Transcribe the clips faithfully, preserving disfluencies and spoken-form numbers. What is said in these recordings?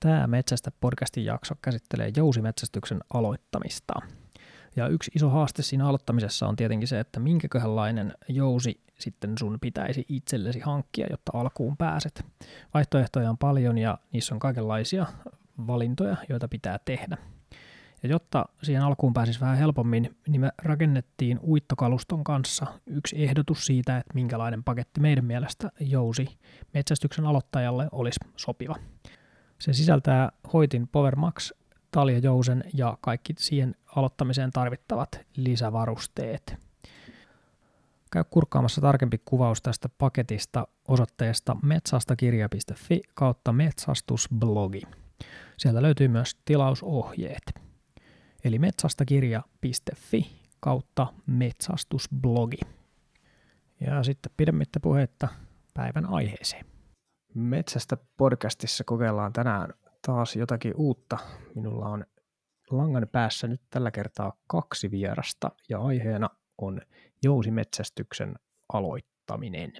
Tämä Metsästä podcastin jakso käsittelee jousimetsästyksen aloittamista. Ja yksi iso haaste siinä aloittamisessa on tietenkin se, että minkäköhänlainen jousi sitten sun pitäisi itsellesi hankkia, jotta alkuun pääset. Vaihtoehtoja on paljon ja niissä on kaikenlaisia valintoja, joita pitää tehdä. Ja jotta siihen alkuun pääsisi vähän helpommin, niin me rakennettiin uittokaluston kanssa yksi ehdotus siitä, että minkälainen paketti meidän mielestä jousi metsästyksen aloittajalle olisi sopiva. Se sisältää Hoytin Power Max, taljajousen ja kaikki siihen aloittamiseen tarvittavat lisävarusteet. Käy kurkkaamassa tarkempi kuvaus tästä paketista osoitteesta metsastakirja piste fi kautta metsastusblogi. Sieltä löytyy myös tilausohjeet. Eli metsastakirja piste fi kautta metsastusblogi. Ja sitten pidemmittä puhetta päivän aiheeseen. Metsästä podcastissa kokeillaan tänään taas jotakin uutta. Minulla on langan päässä nyt tällä kertaa kaksi vierasta ja aiheena on jousimetsästyksen aloittaminen.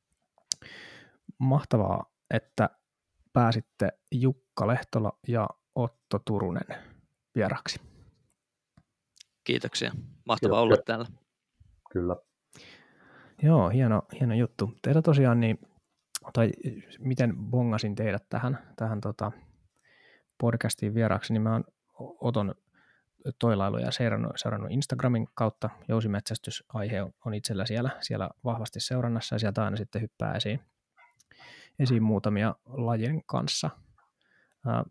Mahtavaa, että pääsitte Jukka Lehtola ja Otto Turunen vieraksi. Kiitoksia. Mahtavaa olla täällä. Kyllä. Joo, hieno, hieno juttu. Teillä tosiaan, niin, tai miten bongasin teidät tähän, tähän tota podcastiin vieraksi, niin mä oon Oton toilailuja seurannut, seurannut Instagramin kautta. Jousimetsästysaihe on, on itsellä siellä, siellä vahvasti seurannassa ja sieltä aina sitten hyppää esiin, esiin muutamia lajien kanssa ää,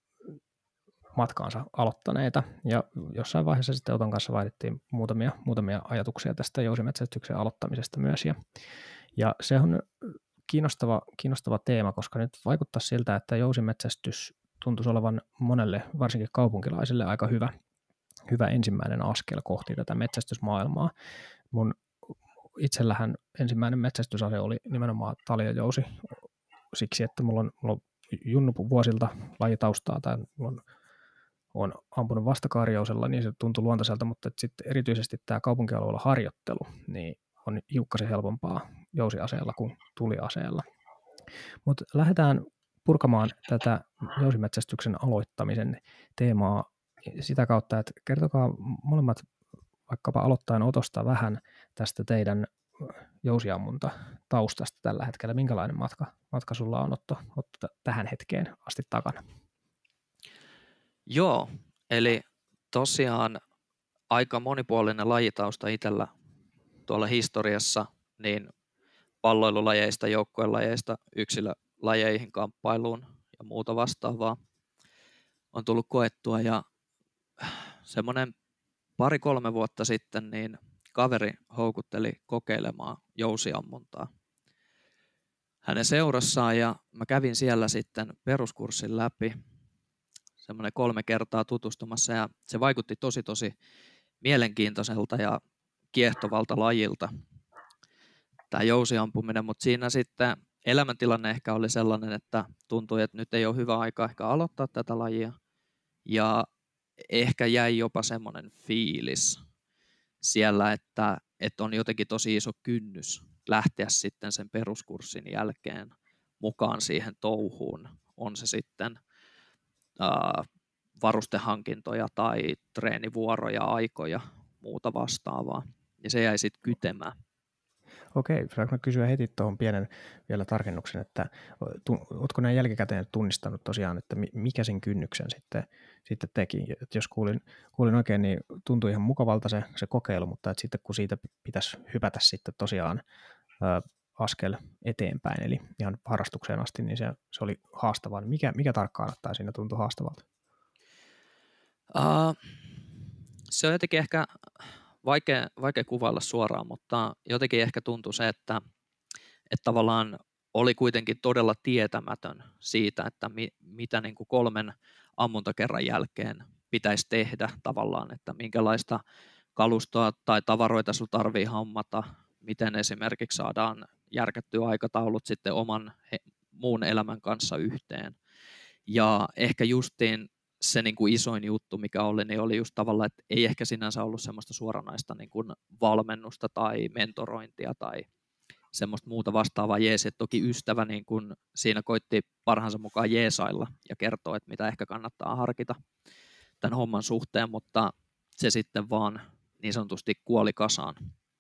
matkaansa aloittaneita. Ja jossain vaiheessa sitten Oton kanssa vaihdettiin muutamia, muutamia ajatuksia tästä jousimetsästyksen aloittamisesta myös. Ja, ja se on kiinnostava, kiinnostava teema, koska nyt vaikuttaa siltä, että jousimetsästys tuntuisi olevan monelle, varsinkin kaupunkilaisille, aika hyvä, hyvä ensimmäinen askel kohti tätä metsästysmaailmaa. Mun itsellähän ensimmäinen metsästysase oli nimenomaan taljajousi siksi, että mulla on, mulla on junnu vuosilta lajitaustaa tai mulla on, on ampunut vastakaarijousella, niin se tuntui luontaiselta, mutta sitten erityisesti tämä kaupunkialueella harjoittelu niin on hiukkasen helpompaa jousiaseella kuin tuliaseella. Mutta lähdetään purkamaan tätä jousimetsästyksen aloittamisen teemaa sitä kautta, että kertokaa molemmat vaikkapa aloittaen Otosta vähän tästä teidän jousiammunta taustasta tällä hetkellä. Minkälainen matka, matka sulla on Otto, Otto tähän hetkeen asti takana? Joo, eli tosiaan aika monipuolinen lajitausta itsellä tuolla historiassa, niin palloilulajeista, joukkuelajeista, yksilölajeihin, kamppailuun ja muuta vastaavaa on tullut koettua ja semmoinen pari-kolme vuotta sitten niin kaveri houkutteli kokeilemaan jousiammuntaa hänen seurassaan ja mä kävin siellä sitten peruskurssin läpi semmoinen kolme kertaa tutustumassa ja se vaikutti tosi tosi mielenkiintoiselta ja kiehtovalta lajilta tämä jousiampuminen, mutta siinä sitten elämäntilanne ehkä oli sellainen, että tuntui, että nyt ei ole hyvä aika ehkä aloittaa tätä lajia ja ehkä jäi jopa semmoinen fiilis siellä, että, että on jotenkin tosi iso kynnys lähteä sitten sen peruskurssin jälkeen mukaan siihen touhuun. On se sitten ää, varustehankintoja tai treenivuoroja, aikoja, muuta vastaavaa. Ja se jäi sitten kytemään. Okei, saanko kysyä heti tuohon pienen vielä tarkennuksen, että oletko näin jälkikäteen tunnistanut tosiaan, että mikä sen kynnyksen sitten, sitten teki? Et jos kuulin, kuulin oikein, niin tuntui ihan mukavalta se, se kokeilu, mutta että sitten kun siitä pitäisi hypätä sitten tosiaan ä, askel eteenpäin, eli ihan harrastukseen asti, niin se, se oli haastavaa. Mikä, mikä tarkkaan ottaa siinä tuntui haastavalta? Uh, se on jotenkin ehkä vaikea, vaikea kuvailla suoraan, mutta jotenkin ehkä tuntui se, että, että tavallaan oli kuitenkin todella tietämätön siitä, että mi, mitä niin kuin kolmen ammuntakerran jälkeen pitäisi tehdä tavallaan, että minkälaista kalustoa tai tavaroita sinulla tarvii hammata, miten esimerkiksi saadaan järkättyä aikataulut sitten oman he, muun elämän kanssa yhteen. Ja ehkä justiin se niin kuin isoin juttu, mikä oli, niin oli just tavallaan, että ei ehkä sinänsä ollut semmoista suoranaista niin kuin valmennusta tai mentorointia tai semmoista muuta vastaavaa jeesiä. Toki ystävä niin kun siinä koitti parhaansa mukaan jeesailla ja kertoa, että mitä ehkä kannattaa harkita tämän homman suhteen, mutta se sitten vaan niin sanotusti kuoli kasaan.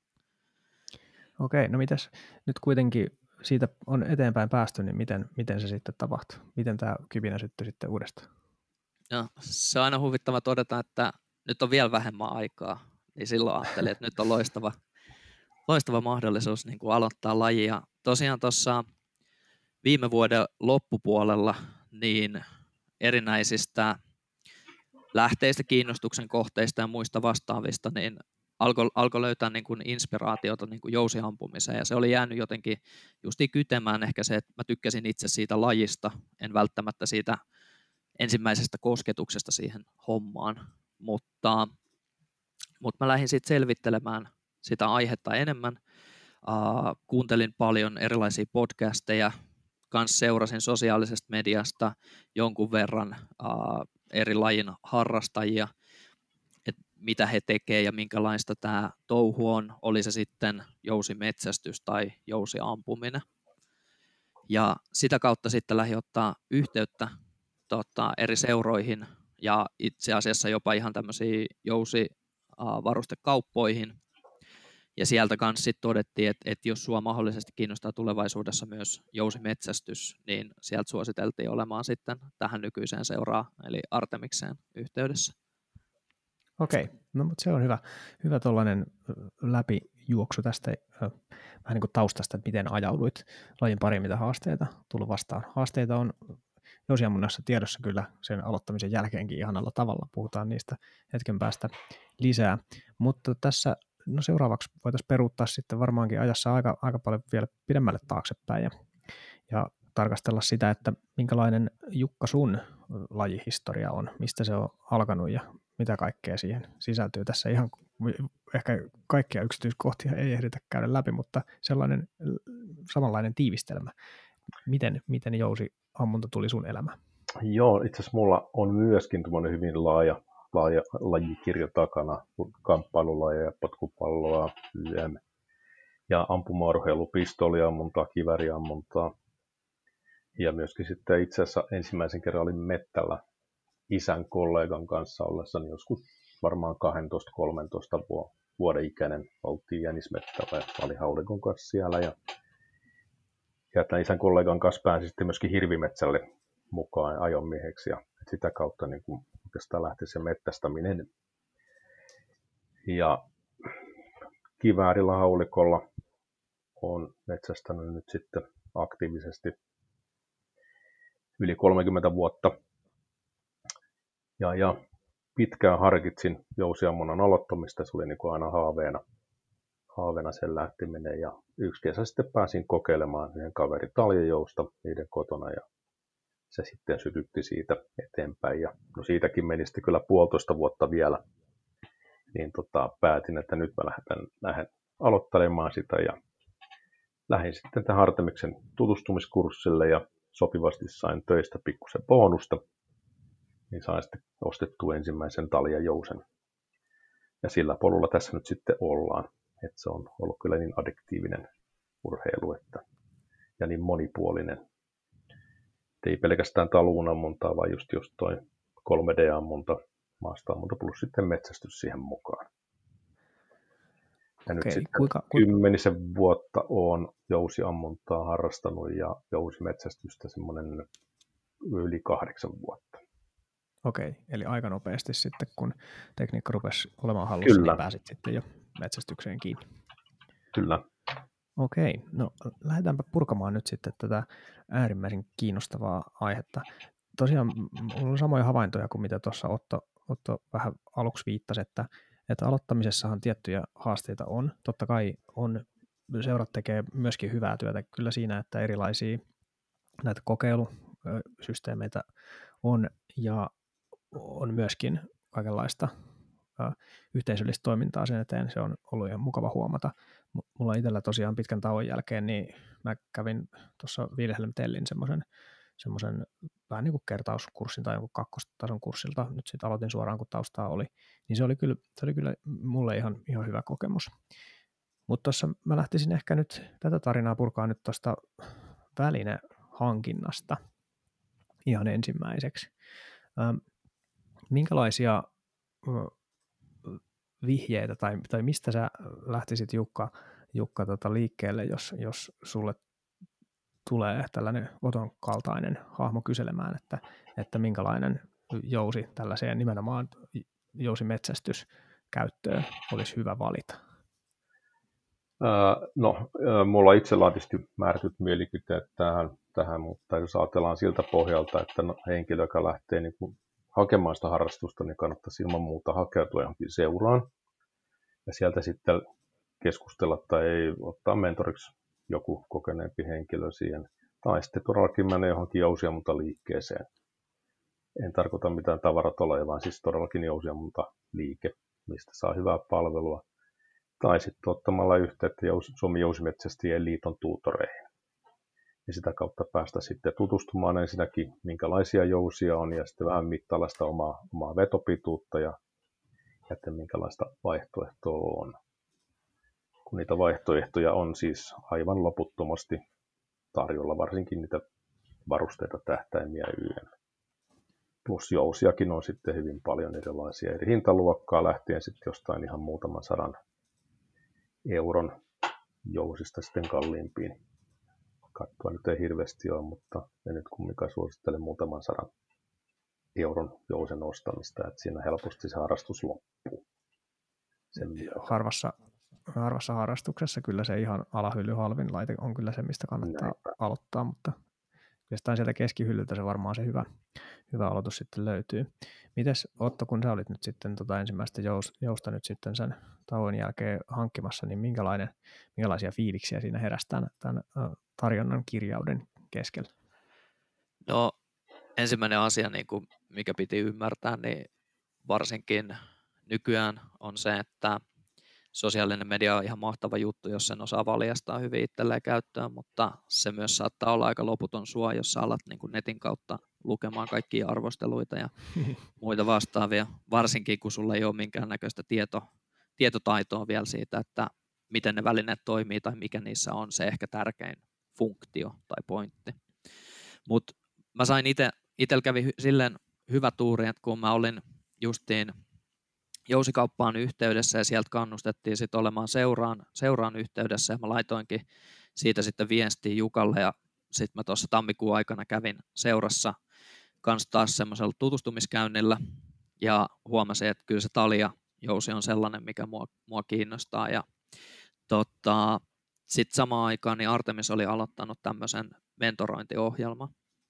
Okei, no mitäs nyt kuitenkin siitä on eteenpäin päästy, niin miten, miten se sitten tapahtui? Miten tämä kipinä syttyi sitten uudestaan? No, se on aina huvittava todeta, että nyt on vielä vähemmän aikaa, niin silloin ajattelin, että nyt on loistava, loistava mahdollisuus niin kuin aloittaa laji. Ja tosiaan tuossa viime vuoden loppupuolella niin erinäisistä lähteistä, kiinnostuksen kohteista ja muista vastaavista, niin alkoi alko löytää niin kuin inspiraatiota niin kuin jousiampumiseen, ja se oli jäänyt jotenkin justiin kytemään ehkä se, että mä tykkäsin itse siitä lajista, en välttämättä siitä ensimmäisestä kosketuksesta siihen hommaan, mutta, mutta mä lähdin sitten selvittelemään sitä aihetta enemmän, uh, kuuntelin paljon erilaisia podcasteja, kanssa seurasin sosiaalisesta mediasta jonkun verran uh, eri lajin harrastajia, että mitä he tekevät ja minkälaista tämä touhu on, oli se sitten jousimetsästys tai jousiampuminen. Ja sitä kautta sitten lähdin ottaa yhteyttä tota, eri seuroihin ja itse asiassa jopa ihan tämmöisiin jousivarustekauppoihin. Ja sieltä kanssa sitten todettiin, että, että jos sua mahdollisesti kiinnostaa tulevaisuudessa myös jousimetsästys, niin sieltä suositeltiin olemaan sitten tähän nykyiseen seuraan, eli Artemikseen yhteydessä. Okei, no mutta se on hyvä, hyvä tuollainen läpijuoksu tästä vähän niin kuin taustasta, että miten ajauduit lajin pariin, mitä haasteita tullut vastaan. Haasteita on jousiammunnassa tiedossa kyllä sen aloittamisen jälkeenkin ihanalla tavalla, puhutaan niistä hetken päästä lisää, mutta tässä no seuraavaksi voitaisiin peruuttaa sitten varmaankin ajassa aika, aika paljon vielä pidemmälle taaksepäin ja, ja tarkastella sitä, että minkälainen Jukka sun lajihistoria on, mistä se on alkanut ja mitä kaikkea siihen sisältyy. Tässä ihan ehkä kaikkia yksityiskohtia ei ehditä käydä läpi, mutta sellainen samanlainen tiivistelmä. Miten, miten jousiammunta tuli sun elämään? Joo, itse asiassa mulla on myöskin tuommoinen hyvin laaja, laaja lajikirjo takana, kamppailulajeja, potkupalloa, Y M ja ampumaurheilu, pistoliammuntaa, kiväriammuntaa. Ja myöskin sitten itse asiassa ensimmäisen kerran olin mettällä isän kollegan kanssa ollessani joskus varmaan kaksitoista kolmetoista vuoden ikäinen. Oltiin jänismettällä ja oli haulikon kanssa siellä. Ja, ja tämän isän kollegan kanssa pääsi sitten myöskin hirvimetsälle mukaan ajomieheksi. Ja sitä kautta niin kuin oikeastaan lähti se mettästäminen. Ja kiväärillä haulikolla olen metsästänyt nyt sitten aktiivisesti yli kolmekymmentä vuotta. Ja, ja pitkään harkitsin jousiammunnan aloittamista, se oli niin kuin aina haaveena, haaveena sen lähteminen. Ja yksi kesä sitten pääsin kokeilemaan yhden kaverin taljajousta niiden kotona ja se sitten sytytti siitä eteenpäin. Ja no siitäkin meni sitten kyllä puolitoista vuotta vielä, niin tota, päätin, että nyt mä lähden, lähden aloittelemaan sitä ja lähdin sitten tämän Artemiksen tutustumiskurssille ja sopivasti sain töistä pikkusen bonusta. Niin sain sitten ostettua ensimmäisen taljajousen. Ja sillä polulla tässä nyt sitten ollaan. Että se on ollut kyllä niin addiktiivinen urheilu että, ja niin monipuolinen. Et ei pelkästään taluunammuntaa, vaan just, just toi kolme D-ammunta, maastoammunta plus sitten metsästys siihen mukaan. Ja Okei, nyt sitten kuinka, kuinka... kymmenisen vuotta olen jousiammuntaa harrastanut ja jousimetsästystä semmoinen yli kahdeksan vuotta. Okei, eli aika nopeasti sitten, kun tekniikka rupesi olemaan hallussa, Kyllä. Niin pääsit sitten jo metsästykseen kiinni. Kyllä. Okei, no lähdetäänpä purkamaan nyt sitten tätä äärimmäisen kiinnostavaa aihetta. Tosiaan minulla on samoja havaintoja kuin mitä tuossa Otto, Otto vähän aluksi viittasi, että, että aloittamisessahan tiettyjä haasteita on. Totta kai on, seurat tekee myöskin hyvää työtä kyllä siinä, että erilaisia näitä kokeilusysteemeitä on ja on myöskin kaikenlaista ä, yhteisöllistä toimintaa sen eteen. Se on ollut ihan mukava huomata. Mulla itsellä tosiaan pitkän tauon jälkeen, niin mä kävin tuossa Wilhelm Tellin semmoisen semmoisen vähän niin kuin kertauskurssin tai jonkun kakkostason kurssilta. Nyt sitten aloitin suoraan, kun taustaa oli. Niin se oli kyllä, se oli kyllä mulle ihan, ihan hyvä kokemus. Mutta tuossa mä lähtisin ehkä nyt tätä tarinaa purkaa nyt tuosta välinehankinnasta ihan ensimmäiseksi. Ähm, minkälaisia ö, vihjeitä tai, tai mistä sä lähtisit Jukka, Jukka tota liikkeelle, jos, jos sulle tulee tällainen Oton kaltainen hahmo kyselemään, että, että minkälainen jousi tällaiseen nimenomaan jousimetsästyskäyttöön olisi hyvä valita? Ää, no, ää, mulla itsellä on tietysti määrätyt mielipiteet tähän, tähän, mutta jos ajatellaan siltä pohjalta, että no, henkilö, joka lähtee niin kuin hakemaan sitä harrastusta, niin kannattaisi ilman muuta hakeutua johonkin seuraan ja sieltä sitten keskustella tai ei ottaa mentoriksi joku kokeneempi henkilö siihen, tai sitten todellakin mennä johonkin jousiammunta liikkeeseen. En tarkoita mitään tavaratoloja, vaan siis todellakin jousiammunta liike, mistä saa hyvää palvelua. Tai sitten ottamalla yhteyttä Suomen Jousimetsästäjien liiton tuutoreihin. Ja sitä kautta päästä sitten tutustumaan ensinnäkin, minkälaisia jousia on, ja sitten vähän mittailla sitä omaa, omaa vetopituutta ja että minkälaista vaihtoehtoa on. Kun niitä vaihtoehtoja on siis aivan loputtomasti tarjolla, varsinkin niitä varusteita, tähtäimiä ynnä. Plus jousiakin on sitten hyvin paljon erilaisia eri hintaluokkaa lähtien sitten jostain ihan muutaman sadan euron jousista sitten kalliimpiin. Kattoa nyt ei hirveästi ole, mutta en nyt kumminkaan suosittele muutaman sadan euron jousen ostamista, että siinä helposti se harrastus loppuu. Harvassa, harvassa harrastuksessa kyllä se ihan alahylly halvin laite on kyllä se, mistä kannattaa Näinpä. aloittaa, mutta jostain sieltä keskihyllyltä se varmaan se hyvä, hyvä aloitus sitten löytyy. Mites Otto, kun sä olit nyt sitten tota ensimmäistä jous, jousta nyt sitten sen tauon jälkeen hankkimassa, niin minkälainen, minkälaisia fiiliksiä siinä heräsi tämän, tämän tarjonnan kirjauden keskellä? No ensimmäinen asia, niin kuin mikä piti ymmärtää, niin varsinkin nykyään on se, että sosiaalinen media on ihan mahtava juttu, jos sen osaa valjastaa hyvin itselleen käyttöön, mutta se myös saattaa olla aika loputon suo, jos sä alat niin kuin netin kautta lukemaan kaikkia arvosteluita ja muita vastaavia, varsinkin kun sulla ei ole minkäännäköistä tieto, tietotaitoa vielä siitä, että miten ne välineet toimii tai mikä niissä on se ehkä tärkein funktio tai pointti. Mutta mä sain itse, itsellä kävi silleen hyvä tuuri, että kun mä olin justiin jousikauppaan yhteydessä ja sieltä kannustettiin sitten olemaan seuraan, seuraan yhteydessä ja mä laitoinkin siitä sitten viestiä Jukalle ja sitten mä tuossa tammikuun aikana kävin seurassa kanssa taas semmoisella tutustumiskäynnillä ja huomasin, että kyllä se Talia jousi on sellainen, mikä mua, mua kiinnostaa ja tota, sitten samaan aikaan niin Artemis oli aloittanut tämmöisen mentorointiohjelman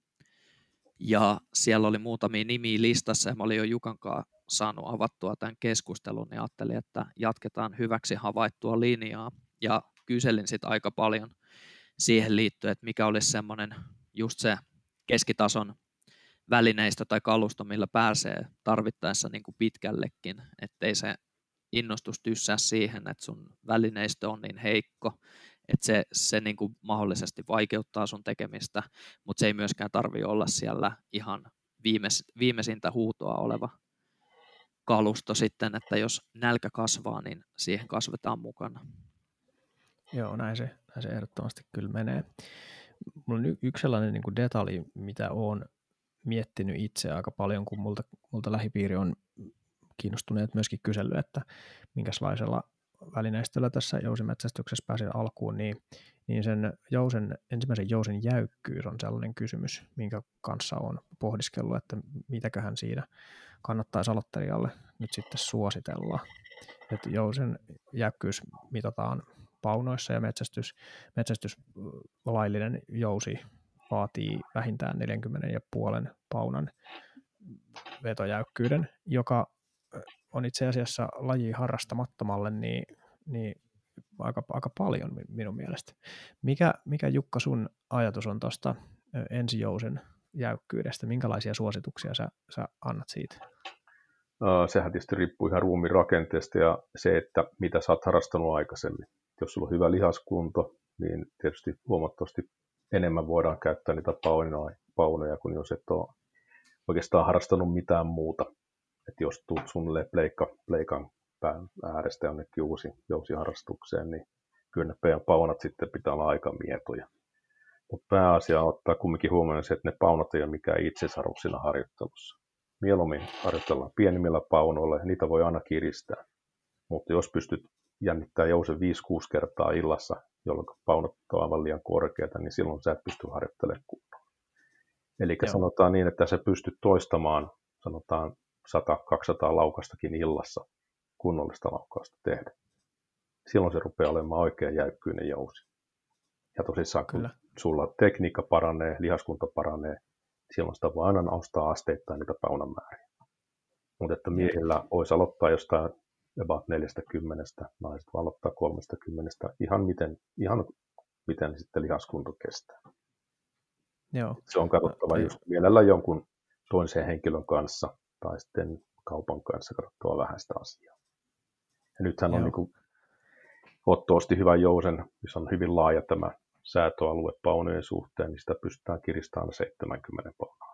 ja siellä oli muutamia nimiä listassa ja mä olin jo Jukan kanssa saanut avattua tämän keskustelun ja ajattelin, että jatketaan hyväksi havaittua linjaa ja kyselin sitten aika paljon siihen liittyen, että mikä olisi semmoinen just se keskitason välineistö tai kalusto, millä pääsee tarvittaessa niin kuin pitkällekin, ettei se innostus tyssää siihen, että sun välineistö on niin heikko, että se, se niin kuin mahdollisesti vaikeuttaa sun tekemistä, mutta se ei myöskään tarvitse olla siellä ihan viimeis, viimeisintä huutoa oleva kalusto sitten, että jos nälkä kasvaa, niin siihen kasvetaan mukana. Joo, näin se, näin se ehdottomasti kyllä menee. Mulla on y- yksi sellainen niin kuin detalji, mitä olen miettinyt itse aika paljon, kun multa, multa lähipiiri on kiinnostuneet myöskin kysellyt, että minkälaisella välineistöllä tässä jousimetsästyksessä pääsee alkuun, niin, niin sen jousen, ensimmäisen jousen jäykkyys on sellainen kysymys, minkä kanssa on pohdiskellut, että mitäköhän siinä kannattaisi aloittelijalle nyt sitten suositella. Että jousen jäykkyys mitataan paunoissa ja metsästys, metsästyslaillinen jousi vaatii vähintään neljäkymmentä pilkku viisi paunan vetojäykkyyden, joka on itse asiassa laji harrastamattomalle niin, niin aika, aika paljon minun mielestä. Mikä, mikä Jukka sun ajatus on tuosta ensijousen jäykkyydestä? Minkälaisia suosituksia sä, sä annat siitä? Sehän tietysti riippuu ihan ruumiin rakenteesta ja se, että mitä sä oot harrastanut aikaisemmin. Jos sulla on hyvä lihaskunto, niin tietysti huomattavasti enemmän voidaan käyttää niitä paunoja, kuin jos et ole oikeastaan harrastanut mitään muuta. Että jos tulet suunnilleen pleikka, pleikan pään äärestä jonnekin uusi jousiharrastukseen, niin kyllä ne meidän paunat sitten pitää olla aika mietoja. Mutta pääasia on ottaa kumminkin huomioon se, että ne paunat ei ole mikään itsesarvo siinä harjoittelussa. Mieluummin harjoitellaan pienimmillä paunoilla ja niitä voi aina kiristää. Mutta jos pystyt jännittämään jousen viisi kuusi kertaa illassa, jolloin paunat on aivan liian korkeita, niin silloin sä et pysty harjoittelemaan kunnolla. Eli sanotaan niin, että sä pystyt toistamaan sanotaan sata kaksisataa laukastakin illassa kunnollista laukausta tehdä. Silloin se rupeaa olemaan oikein jäykkyinen jousi. Ja tosissaan kun Kyllä. sulla tekniikka paranee, lihaskunta paranee, silloin sitä voi aina nostaa asteittain niitä paunamääriä. Mutta että miehillä voisi aloittaa jostain about neljästäkymmenestä, naiset voi aloittaa kolmestakymmenestä, ihan miten, ihan miten sitten lihaskunta kestää. Joo. Se on katsottava No, just mielellä jonkun toisen henkilön kanssa tai sitten kaupan kanssa katsottava vähän sitä asiaa. Ja nythän on Joo. niin kuin Otto osti hyvän jousen, missä on hyvin laaja tämä säätöalue paunojen suhteen, niin sitä pystytään kiristämään seitsemänkymmentä paunaa.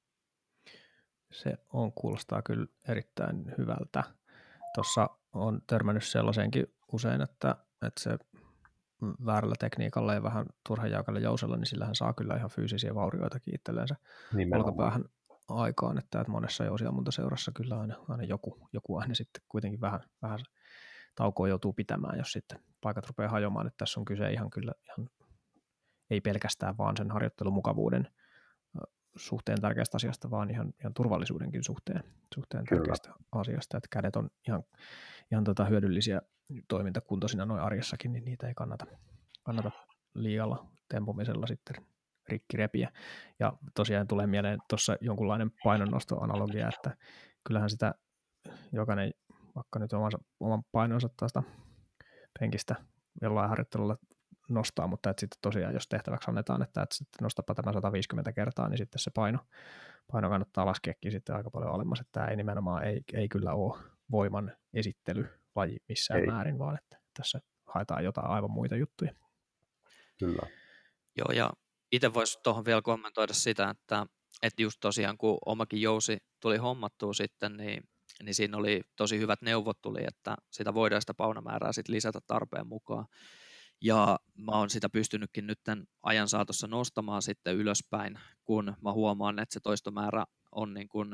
Se on, kuulostaa kyllä erittäin hyvältä. Tuossa on törmännyt sellaiseenkin usein, että, että se väärällä tekniikalla ja vähän turhan jäykällä jousella, niin sillähän saa kyllä ihan fyysisiä vaurioitakin itselleensä olkapäähän aikaan, että, että monessa jousiammuntaseurassa kyllä aina, aina joku, joku aina sitten kuitenkin vähän, vähän taukoa joutuu pitämään, jos sitten paikat rupeaa hajoamaan, että tässä on kyse ihan kyllä ihan, ei pelkästään vaan sen harjoittelumukavuuden suhteen tärkeästä asiasta, vaan ihan, ihan turvallisuudenkin suhteen, suhteen tärkeästä asiasta, että kädet on ihan, ihan tota hyödyllisiä toimintakuntoisina noin arjessakin, niin niitä ei kannata, kannata liialla tempumisella sitten rikki repiä. Ja tosiaan tulee mieleen tuossa jonkunlainen painonnostoanalogia, että kyllähän sitä jokainen, vaikka nyt oman, oman painonsa tuosta penkistä jollain harjoittelulla nostaa, mutta että sitten tosiaan, jos tehtäväksi annetaan, että, että sitten nostapa tämä sata viisikymmentä kertaa, niin sitten se paino, paino kannattaa laskeekin sitten aika paljon alemmas, että tämä ei nimenomaan ei, ei kyllä ole voiman esittelylaji missään ei. määrin, vaan että tässä haetaan jotain aivan muita juttuja. Kyllä. Joo, ja itse voisi tuohon vielä kommentoida sitä, että, että just tosiaan kun omakin jousi tuli hommattua sitten, niin, niin siinä oli tosi hyvät neuvot tuli, että sitä voidaan sitä paunamäärää sitten lisätä tarpeen mukaan. Ja mä oon sitä pystynytkin nyt ajan saatossa nostamaan sitten ylöspäin, kun mä huomaan, että se toistomäärä on niin kuin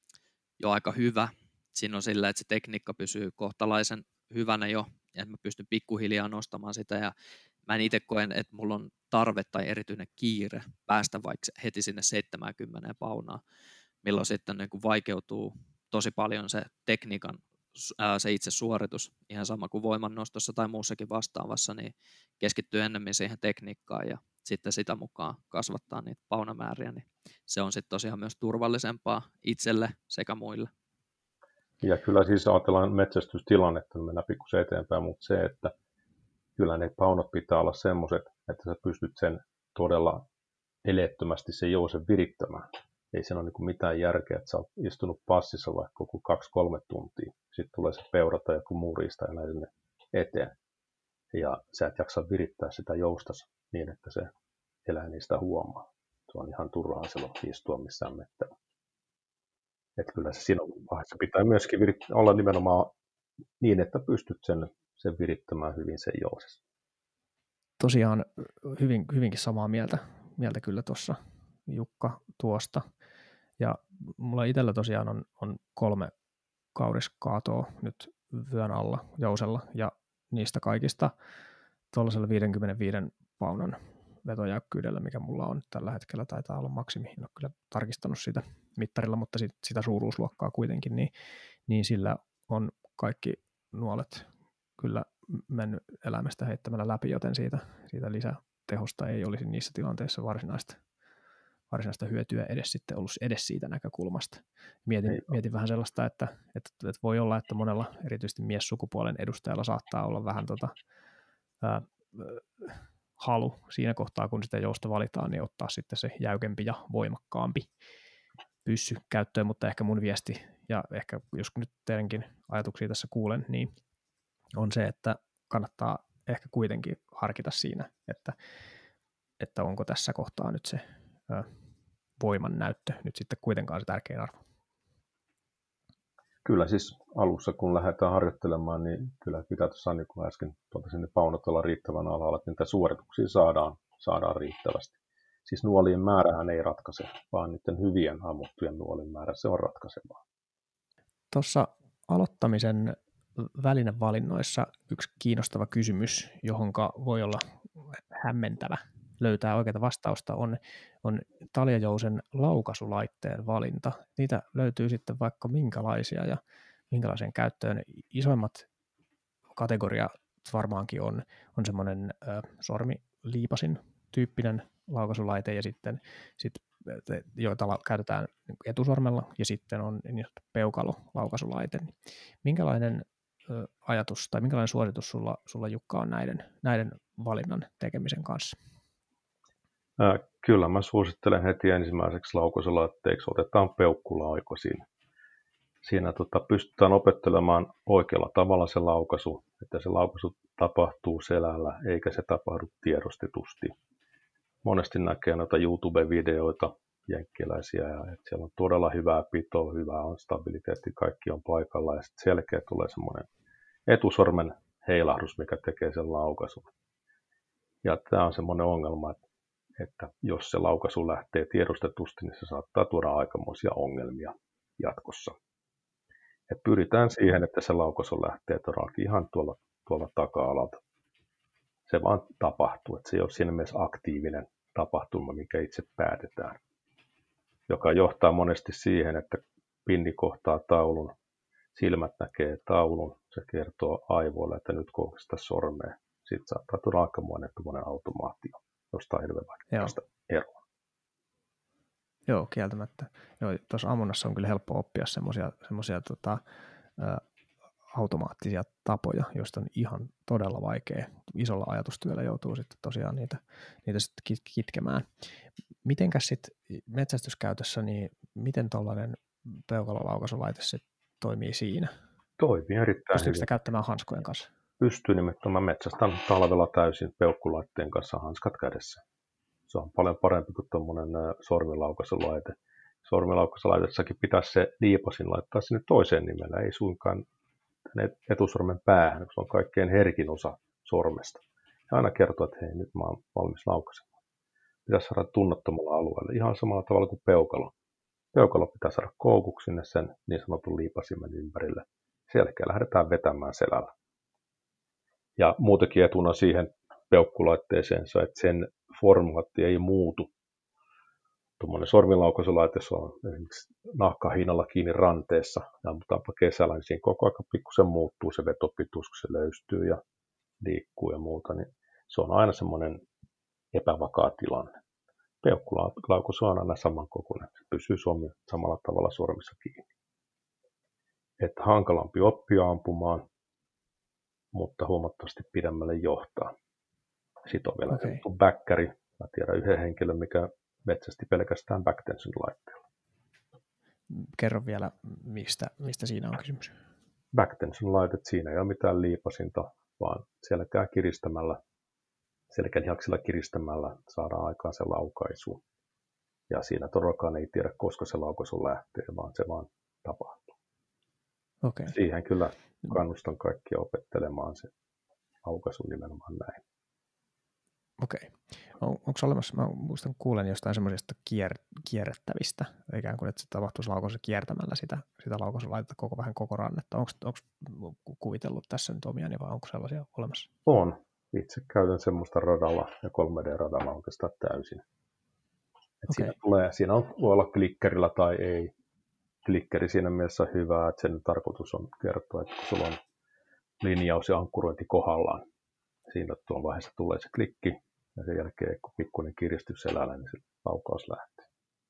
jo aika hyvä. Siinä on sillä, että se tekniikka pysyy kohtalaisen hyvänä jo, ja että mä pystyn pikkuhiljaa nostamaan sitä, ja mä en itse koen, että mulla on tarve tai erityinen kiire päästä vaikka heti sinne seitsemänkymmentä paunaa, milloin sitten niin kuin vaikeutuu tosi paljon se tekniikan, se itse suoritus, ihan sama kuin voimannostossa tai muussakin vastaavassa, niin keskittyy enemmän siihen tekniikkaan ja sitten sitä mukaan kasvattaa niitä paunamääriä, niin se on sitten tosiaan myös turvallisempaa itselle sekä muille. Ja kyllä siis ajatellaan metsästystilannetta, niin mennään pikkusen eteenpäin, mutta se, että kyllä ne paunat pitää olla semmoiset, että sä pystyt sen todella eleettömästi sen jousen virittämään. Ei siinä ole niin kuin mitään järkeä, että sä oot istunut passissa vaikka joku kaksi kolme tuntia. Sitten tulee se peura tai joku muu riistaeläin sinne eteen. Ja sä et jaksa virittää sitä joustassa niin, että se eläin niistä huomaa. Se on ihan turhaa silloin istua missään mettällä. Että kyllä se siinä vaiheessa pitää myöskin virit- olla nimenomaan niin, että pystyt sen, sen virittämään hyvin sen jousessa. Tosiaan hyvin, hyvinkin samaa mieltä, mieltä kyllä tuossa Jukka tuosta. Ja mulla itsellä tosiaan on, on kolme kauriskaatoa nyt vyön alla jousella, ja niistä kaikista tuollaisella viisikymmentäviisi paunan vetojäykkyydellä, mikä mulla on tällä hetkellä, taitaa olla maksimi, en ole kyllä tarkistanut sitä mittarilla, mutta sit, sitä suuruusluokkaa kuitenkin, niin, niin sillä on kaikki nuolet kyllä mennyt elämästä heittämällä läpi, joten siitä, siitä lisätehosta ei olisi niissä tilanteissa varsinaista, varsinaista hyötyä edes sitten ollut edes siitä näkökulmasta. Mietin, mietin vähän sellaista, että, että, että voi olla, että monella erityisesti miessukupuolen edustajalla saattaa olla vähän tota, ää, halu siinä kohtaa, kun sitä jousta valitaan, niin ottaa sitten se jäykempi ja voimakkaampi pyssy käyttöön, mutta ehkä mun viesti, ja ehkä jos nyt teidänkin ajatuksia tässä kuulen, niin on se, että kannattaa ehkä kuitenkin harkita siinä, että, että onko tässä kohtaa nyt se ö, voiman näyttö nyt sitten kuitenkaan se tärkein arvo. Kyllä siis alussa, kun lähdetään harjoittelemaan, niin kyllä pitää tuossa, niin kuin äsken totesin, niin paunot olla riittävän alhaalla, että niitä suorituksia saadaan, saadaan riittävästi. Siis nuolien määrähän ei ratkaise, vaan niiden hyvien ammuttujen nuolien määrä, se on ratkaisevaa. Tuossa aloittamisen välinevalinnoissa yksi kiinnostava kysymys, johonka voi olla hämmentävä löytää oikeaa vastausta, on, on taljajousen laukaisulaitteen valinta. Niitä löytyy sitten vaikka minkälaisia ja minkälaiseen käyttöön. Isoimmat kategoriat varmaankin on, on semmoinen ö, sormiliipasin tyyppinen laukaisulaite ja sitten sit, joita la- käytetään etusormella ja sitten on niin sanottu peukalolaukasulaite. Minkälainen ö, ajatus tai minkälainen suositus sulla, sulla Jukka on näiden, näiden valinnan tekemisen kanssa? Ää, kyllä mä suosittelen heti ensimmäiseksi laukaisulaitteeksi, otetaan peukkulaiko siinä. Siinä tota, pystytään opettelemaan oikealla tavalla se laukaisu, että se laukaisu tapahtuu selällä eikä se tapahdu tiedostetusti. Monesti näkee noita YouTube-videoita jenkkiläisiä ja että siellä on todella hyvää pitoa, hyvää on stabiliteetti, kaikki on paikalla ja sitten selkeä tulee semmoinen etusormen heilahdus, mikä tekee sen laukaisun. Ja tämä on semmoinen ongelma, että, että jos se laukaisu lähtee tiedostetusti, niin se saattaa tuoda aikamoisia ongelmia jatkossa. Et pyritään siihen, että se laukaisu lähtee todellakin ihan tuolla, tuolla taka-alalta. Se vaan tapahtuu, että se ei ole siinä mielessä aktiivinen tapahtuma, mikä itse päätetään, joka johtaa monesti siihen, että pinni kohtaa taulun, silmät näkee taulun, se kertoo aivoille, että nyt kohdista sormea. Sitten saattaa tulla aikamoinen automaatio, josta on hirveän vaikea päästä eroon. Joo, kieltämättä. Joo, tuossa ammunnassa on kyllä helppo oppia semmoisia tota, automaattisia tapoja, joista on ihan todella vaikea. Isolla ajatustyöllä joutuu sitten tosiaan niitä, niitä sitten kitkemään. Mitenkäs sitten metsästyskäytössä, niin miten tuollainen peukalolaukasulaite se toimii siinä? Toimii erittäin Pystyykö hyvin. sitä käyttämään hanskojen kanssa? Pystyy, nimittäin mä metsästän talvella täysin peukkulaitteen kanssa hanskat kädessä. Se on paljon parempi kuin tuommoinen sormilaukasulaite. Sormilaukasulaitessakin pitäisi se liipasin laittaa sinne toiseen nimellä, ei suinkaan etusormen päähän, kun se on kaikkein herkin osa sormesta. Ja aina kertoo, että hei, nyt mä oon valmis laukaisemaan. Pitäisi saada tunnottomalla alueella, ihan samalla tavalla kuin peukalo. Peukalo pitää saada koukuksi sinne sen niin sanotun liipasimen ympärille. Selkeä lähdetään vetämään selällä. Ja muutenkin etuna siihen peukkulaitteeseen, että sen formaatti ei muutu. Tuommoinen sormilaukasulaite, se on esimerkiksi nahkahiinalla kiinni ranteessa, ja amputaanpa kesällä, niin siinä koko ajan pikkusen muuttuu se vetopituus, kun se löystyy ja liikkuu ja muuta, niin se on aina semmoinen epävakaa tilanne. Peukkulaukaisu on aina samankokoinen, se pysyy Suomi samalla tavalla sormissa kiinni. Että hankalampi oppia ampumaan, mutta huomattavasti pidemmälle johtaa. Sitten on vielä okay. bäkkäri. Mä tiedän yhden henkilön, mikä metsästi pelkästään backtension laitteella. Kerro vielä, mistä, mistä siinä on kysymys. Backtension laitet, siinä ei ole mitään liipasinta, vaan selkää kiristämällä, selkälihaksilla kiristämällä saadaan aikaan se laukaisu. Ja siinä todellakaan ei tiedä, koska se laukaisu lähtee, vaan se vaan tapahtuu. Okay. Siihen kyllä kannustan kaikkia opettelemaan se laukaisu nimenomaan näin. Okei. On, onko olemassa, mä muistan kuulen jostain semmoisesta kier, kierrettävistä, ikään kuin että se tapahtuisi laukaisu kiertämällä sitä, sitä laukaisulaitetta koko vähän koko rannetta. Onko kuvitellut tässä nyt omiani vai onko sellaisia olemassa? On. Itse käytän semmoista radalla ja kolme D-radalla oikeastaan täysin. Et siinä, tulee, siinä on, voi olla klikkerillä tai ei. Klikkeri siinä mielessä on hyvä, että sen tarkoitus on kertoa, että kun sulla on linjaus ja ankkurointi kohdallaan, siinä tuon vaiheessa tulee se klikki, ja sen jälkeen kun pikkuinen kiristys selällä, niin se laukaus lähtee.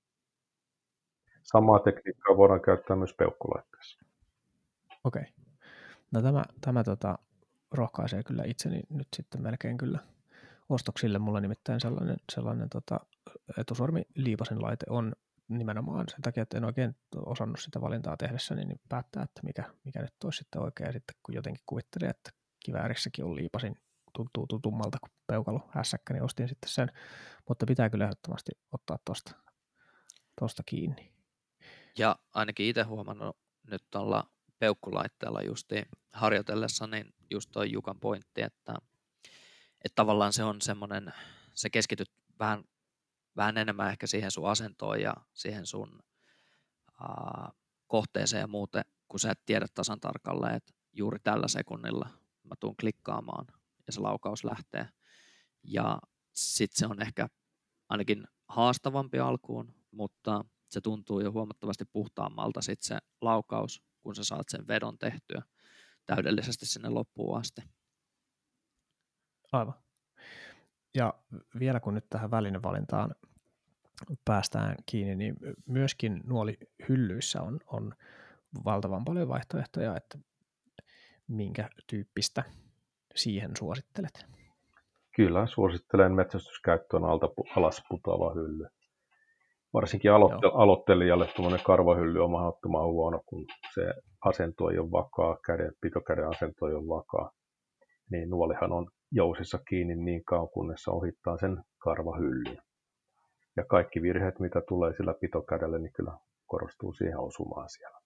Samaa tekniikkaa voidaan käyttää myös peukkulaitteessa. Okei. No tämä, tämä tota, rohkaisee kyllä itseni nyt sitten melkein kyllä ostoksille. Mulla nimittäin sellainen, sellainen tota, etusormiliipasin laite on nimenomaan sen takia, että en oikein osannut sitä valintaa tehdessäni, niin päättää, että mikä, mikä nyt olisi sitten oikein. Ja sitten kun jotenkin kuvittelin, että kiväärissäkin on liipasin, tuntuu tutummalta kuin peukalo hässäkkä, niin ostin sitten sen. Mutta pitää kyllä ehdottomasti ottaa tosta, tosta kiinni. Ja ainakin itse huomannut nyt tuolla peukkulaitteella justiin harjoitellessa, niin just toi Jukan pointti, että, että tavallaan se on semmoinen, se keskityt vähän, vähän enemmän ehkä siihen sun asentoon ja siihen sun ää, kohteeseen ja muuten, kun sä et tiedä tasan tarkalleen, että juuri tällä sekunnilla mä tuun klikkaamaan ja se laukaus lähtee. Ja sitten se on ehkä ainakin haastavampi alkuun, mutta se tuntuu jo huomattavasti puhtaammalta sitten se laukaus, kun sä saat sen vedon tehtyä täydellisesti sinne loppuun asti. Aivan. Ja vielä kun nyt tähän välinevalintaan päästään kiinni, niin myöskin nuolihyllyissä on, on valtavan paljon vaihtoehtoja, että minkä tyyppistä siihen suosittelet? Kyllä, suosittelen metsästyskäyttöön alta alas putoava hylly. Varsinkin aloitte- aloittelijalle tuommoinen karvahylly on mahdottoman huono, kun se asento ei ole vakaa, käden, pitokäden asento ei ole vakaa. Niin nuolihan on jousissa kiinni niin kauan, kunnes se ohittaa sen karvahyllyn. Ja kaikki virheet, mitä tulee sillä pitokädellä, niin kyllä korostuu siihen osumaan siellä.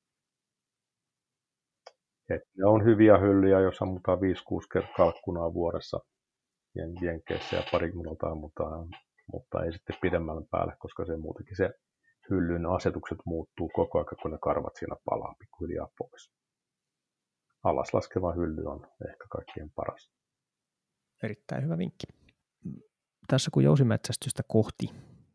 Et ne on hyviä hyllyjä, jos ammutaan viisi kuusi kalkkunaa vuodessa Jenkeissä ja parikymmentä ammutaan, mutta ei sitten pidemmälle päälle, koska se muutenkin se hyllyn asetukset muuttuu koko ajan, kun ne karvat siinä palaa pikkuhiljaa pois. Alas laskeva hylly on ehkä kaikkein paras. Erittäin hyvä vinkki. Tässä kun jousimetsästystä kohti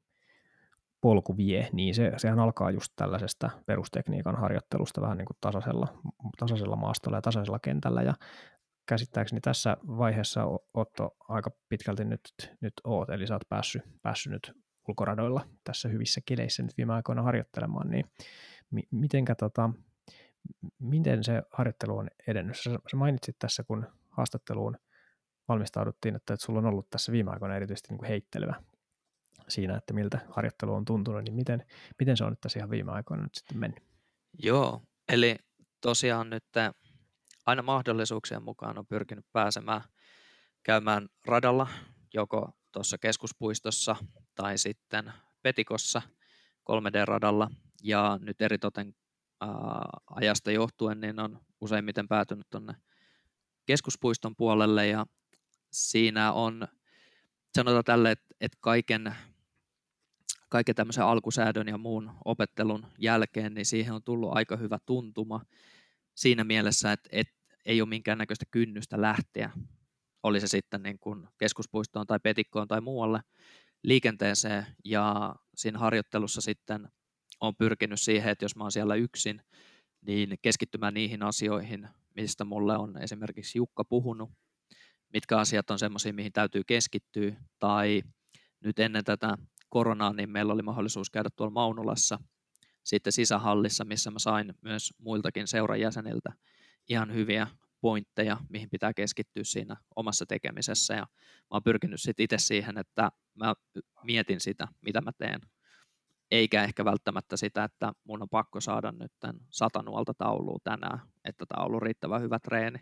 polku vie, niin se, sehän alkaa just tällaisesta perustekniikan harjoittelusta vähän niin kuin tasaisella, tasaisella maastolla ja tasaisella kentällä. Ja käsittääkseni tässä vaiheessa, Otto, aika pitkälti nyt, nyt oot, eli sä oot päässyt, päässyt nyt ulkoradoilla tässä hyvissä keleissä nyt viime aikoina harjoittelemaan, niin mi- mitenkä, tota, miten se harjoittelu on edennyt? Sä, sä mainitsit tässä, kun haastatteluun valmistauduttiin, että, että sulla on ollut tässä viime aikoina erityisesti niin kuin heittelyä siinä, että miltä harjoittelu on tuntunut, niin miten, miten se on nyt tässä ihan viime aikoina nyt sitten mennyt? Joo, eli tosiaan nyt aina mahdollisuuksien mukaan on pyrkinyt pääsemään käymään radalla, joko tuossa keskuspuistossa tai sitten Petikossa kolme D-radalla, ja nyt eritoten ää, ajasta johtuen niin on useimmiten päätynyt tuonne keskuspuiston puolelle, ja siinä on, sanotaan tälle, että, että kaiken, kaiken tämmöisen alkusäädön ja muun opettelun jälkeen, niin siihen on tullut aika hyvä tuntuma siinä mielessä, että, että ei ole minkäännäköistä kynnystä lähteä, oli se sitten niin kuin keskuspuistoon tai Petikkoon tai muualle liikenteeseen, ja siinä harjoittelussa sitten olen pyrkinyt siihen, että jos mä oon siellä yksin, niin keskittymään niihin asioihin, mistä mulle on esimerkiksi Jukka puhunut, mitkä asiat on semmoisia, mihin täytyy keskittyä, tai nyt ennen tätä koronaa, niin meillä oli mahdollisuus käydä tuolla Maunulassa sitten sisähallissa, missä mä sain myös muiltakin seuran jäseniltä ihan hyviä pointteja, mihin pitää keskittyä siinä omassa tekemisessä, ja mä oon pyrkinyt sitten itse siihen, että mä mietin sitä, mitä mä teen, eikä ehkä välttämättä sitä, että mun on pakko saada nyt tämän sata nuolta taulua tänään, että tämä on ollut riittävän hyvä treeni,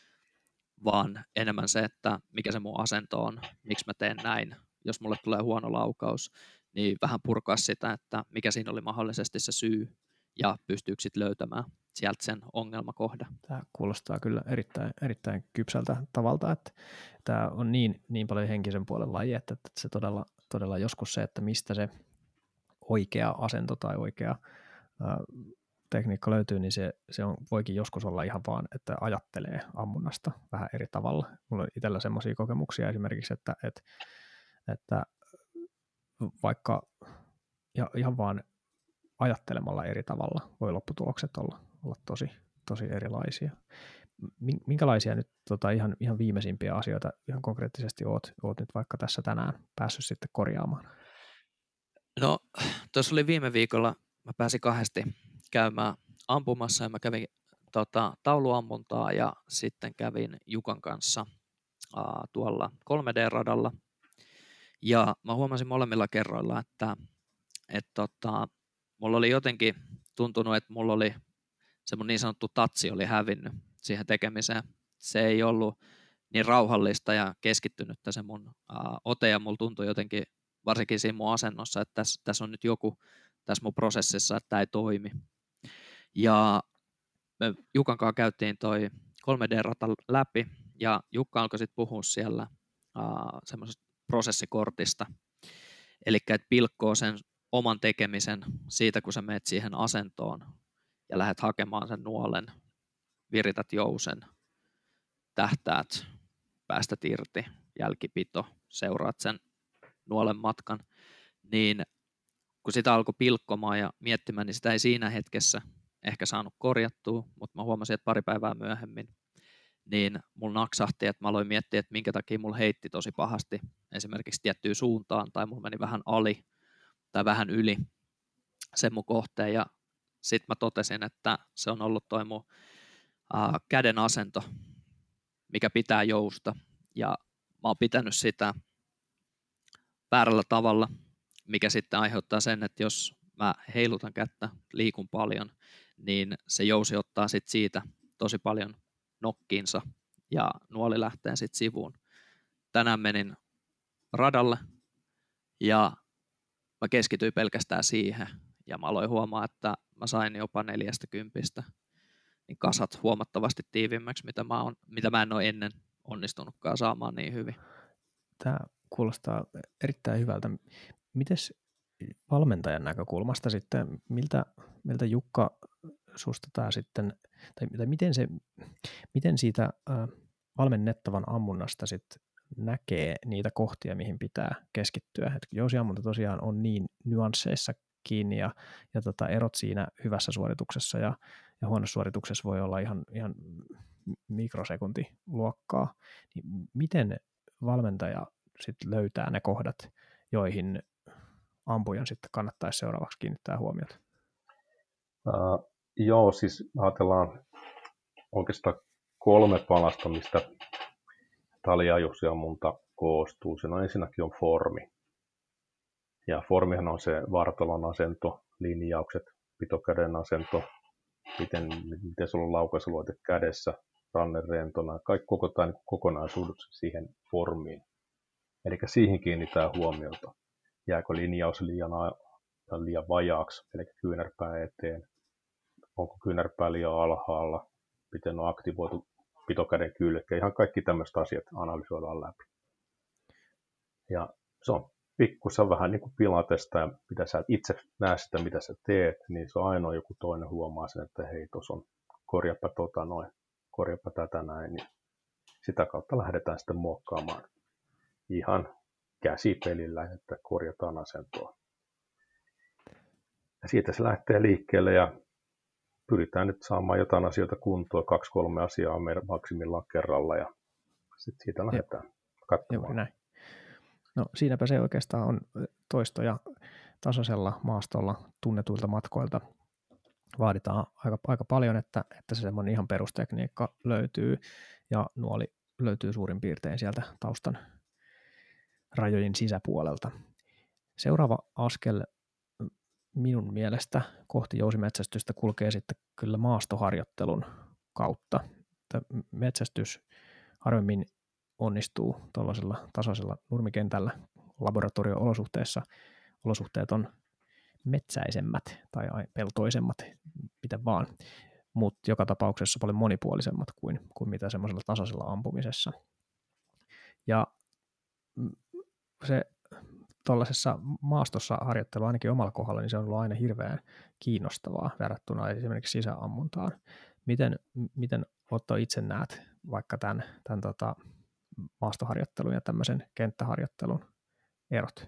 vaan enemmän se, että mikä se mun asento on, miksi mä teen näin, jos mulle tulee huono laukaus, niin vähän purkaa sitä, että mikä siinä oli mahdollisesti se syy, ja pystyykö sitten löytämään sieltä sen ongelmakohdan. Tämä kuulostaa kyllä erittäin, erittäin kypsältä tavalta, että tämä on niin, niin paljon henkisen puolen laji, että, että se todella, todella joskus se, että mistä se oikea asento tai oikea ää, tekniikka löytyy, niin se, se on, voikin joskus olla ihan vaan, että ajattelee ammunnasta vähän eri tavalla. Mulla on itsellä semmoisia kokemuksia esimerkiksi, että, että, että vaikka ihan vaan ajattelemalla eri tavalla voi lopputulokset olla, olla tosi, tosi erilaisia. Minkälaisia nyt tota, ihan, ihan viimeisimpiä asioita ihan konkreettisesti oot, oot nyt vaikka tässä tänään päässyt sitten korjaamaan? No, tuossa oli viime viikolla, mä pääsin kahdesti käymään ampumassa, ja mä kävin tota, tauluammuntaa ja sitten kävin Jukan kanssa ää, tuolla kolme D-radalla. Ja mä huomasin molemmilla kerroilla, että et, tota, mulla oli jotenkin tuntunut, että mulla oli se mun niin sanottu tatsi oli hävinnyt siihen tekemiseen. Se ei ollut niin rauhallista ja keskittynyttä se mun ää, ote, ja mulla tuntui jotenkin, varsinkin siinä mun asennossa, että tässä, tässä on nyt joku tässä mun prosessissa, että tämä ei toimi. Ja me Jukan kanssa käytiin toi kolme D-rata läpi, ja Jukka alkoi sitten puhua siellä uh, semmoisesta prosessikortista, eli että pilkkoo sen oman tekemisen siitä, kun sä menet siihen asentoon ja lähdet hakemaan sen nuolen, virität jousen, tähtäät, päästät irti, jälkipito, seuraat sen nuolen matkan, niin kun sitä alkoi pilkkomaan ja miettimään, niin sitä ei siinä hetkessä ehkä saanut korjattua, mutta mä huomasin, että pari päivää myöhemmin, niin mulla naksahti, että mä aloin miettiä, että minkä takia mulla heitti tosi pahasti esimerkiksi tiettyyn suuntaan, tai mulla meni vähän ali tai vähän yli sen mun kohteen, ja sitten mä totesin, että se on ollut toi mun äh, käden asento, mikä pitää jousta, ja mä oon pitänyt sitä väärällä tavalla, mikä sitten aiheuttaa sen, että jos mä heilutan kättä, liikun paljon, niin se jousi ottaa sitten siitä tosi paljon nokkiinsa ja nuoli lähtee sitten sivuun. Tänään menin radalle ja mä keskityin pelkästään siihen ja mä aloin huomaa, että mä sain jopa neljästä kympistä niin kasat huomattavasti tiiviimmäksi, mitä mä, on, mitä mä en ole ennen onnistunutkaan saamaan niin hyvin. Tämä kuulostaa erittäin hyvältä. Mites valmentajan näkökulmasta sitten, miltä, miltä Jukka susta tämä sitten, tai, tai miten, se, miten siitä äh, valmennettavan ammunnasta sitten näkee niitä kohtia, mihin pitää keskittyä. Et jousiammunta tosiaan on niin nyansseissa kiinni ja, ja tota, erot siinä hyvässä suorituksessa ja, ja huonossa suorituksessa voi olla ihan, ihan mikrosekuntiluokkaa. Niin miten valmentaja sitten löytää ne kohdat, joihin ampujan sitten kannattaisi seuraavaksi kiinnittää huomiota? Uh, joo, siis ajatellaan oikeastaan kolme palasta, mistä taliajousiammunta koostuu. Siinä ensinnäkin on formi. Ja formihan on se vartalon asento, linjaukset, pitokäden asento, miten, miten sulla on laukaisuloite kädessä, ranne rentona, kaikki koko tämän kokonaisuudessa siihen formiin. Eli siihen kiinnitetään huomiota. Jääkö linjaus liian, liian vajaaksi, eli kyynärpää eteen, onko kyynärpää liian alhaalla, miten on aktivoitu pitokäden kylkeä, ihan kaikki tämmöiset asiat analysoidaan läpi. Ja se on pikkusen vähän niin kuin pilatesta, ja mitä sä itse näe sitä, mitä sä teet, niin se on ainoa joku toinen huomaa sen, että hei, tuossa on, korjapa tota noin, korjapa tätä näin, niin sitä kautta lähdetään sitten muokkaamaan ihan käsipelillä, että korjataan asentoa. Ja siitä se lähtee liikkeelle ja pyritään nyt saamaan jotain asioita kuntoon, kaksi kolme asiaa meidän maksimillaan kerralla ja sitten siitä lähdetään katsomaan. Juuri näin. No siinäpä se oikeastaan on toistoja tasaisella maastolla tunnetuilta matkoilta. Vaaditaan aika, aika paljon, että, että se semmoinen ihan perustekniikka löytyy ja nuoli löytyy suurin piirtein sieltä taustan rajojen sisäpuolelta. Seuraava askel minun mielestä kohti jousimetsästystä kulkee sitten kyllä maastoharjoittelun kautta. Metsästys harvemmin onnistuu tuollaisella tasaisella nurmikentällä laboratorio-olosuhteissa. Olosuhteet on metsäisemmät tai peltoisemmat, mitä vaan, mutta joka tapauksessa paljon monipuolisemmat kuin, kuin mitä semmoisella tasaisella ampumisessa. Ja se tuollaisessa maastossa harjoittelu ainakin omalla kohdalla, niin se on ollut aina hirveän kiinnostavaa verrattuna esimerkiksi sisäammuntaan. Miten, miten Otto itse näet vaikka tämän, tämän tota maastoharjoittelun ja tämmöisen kenttäharjoittelun erot?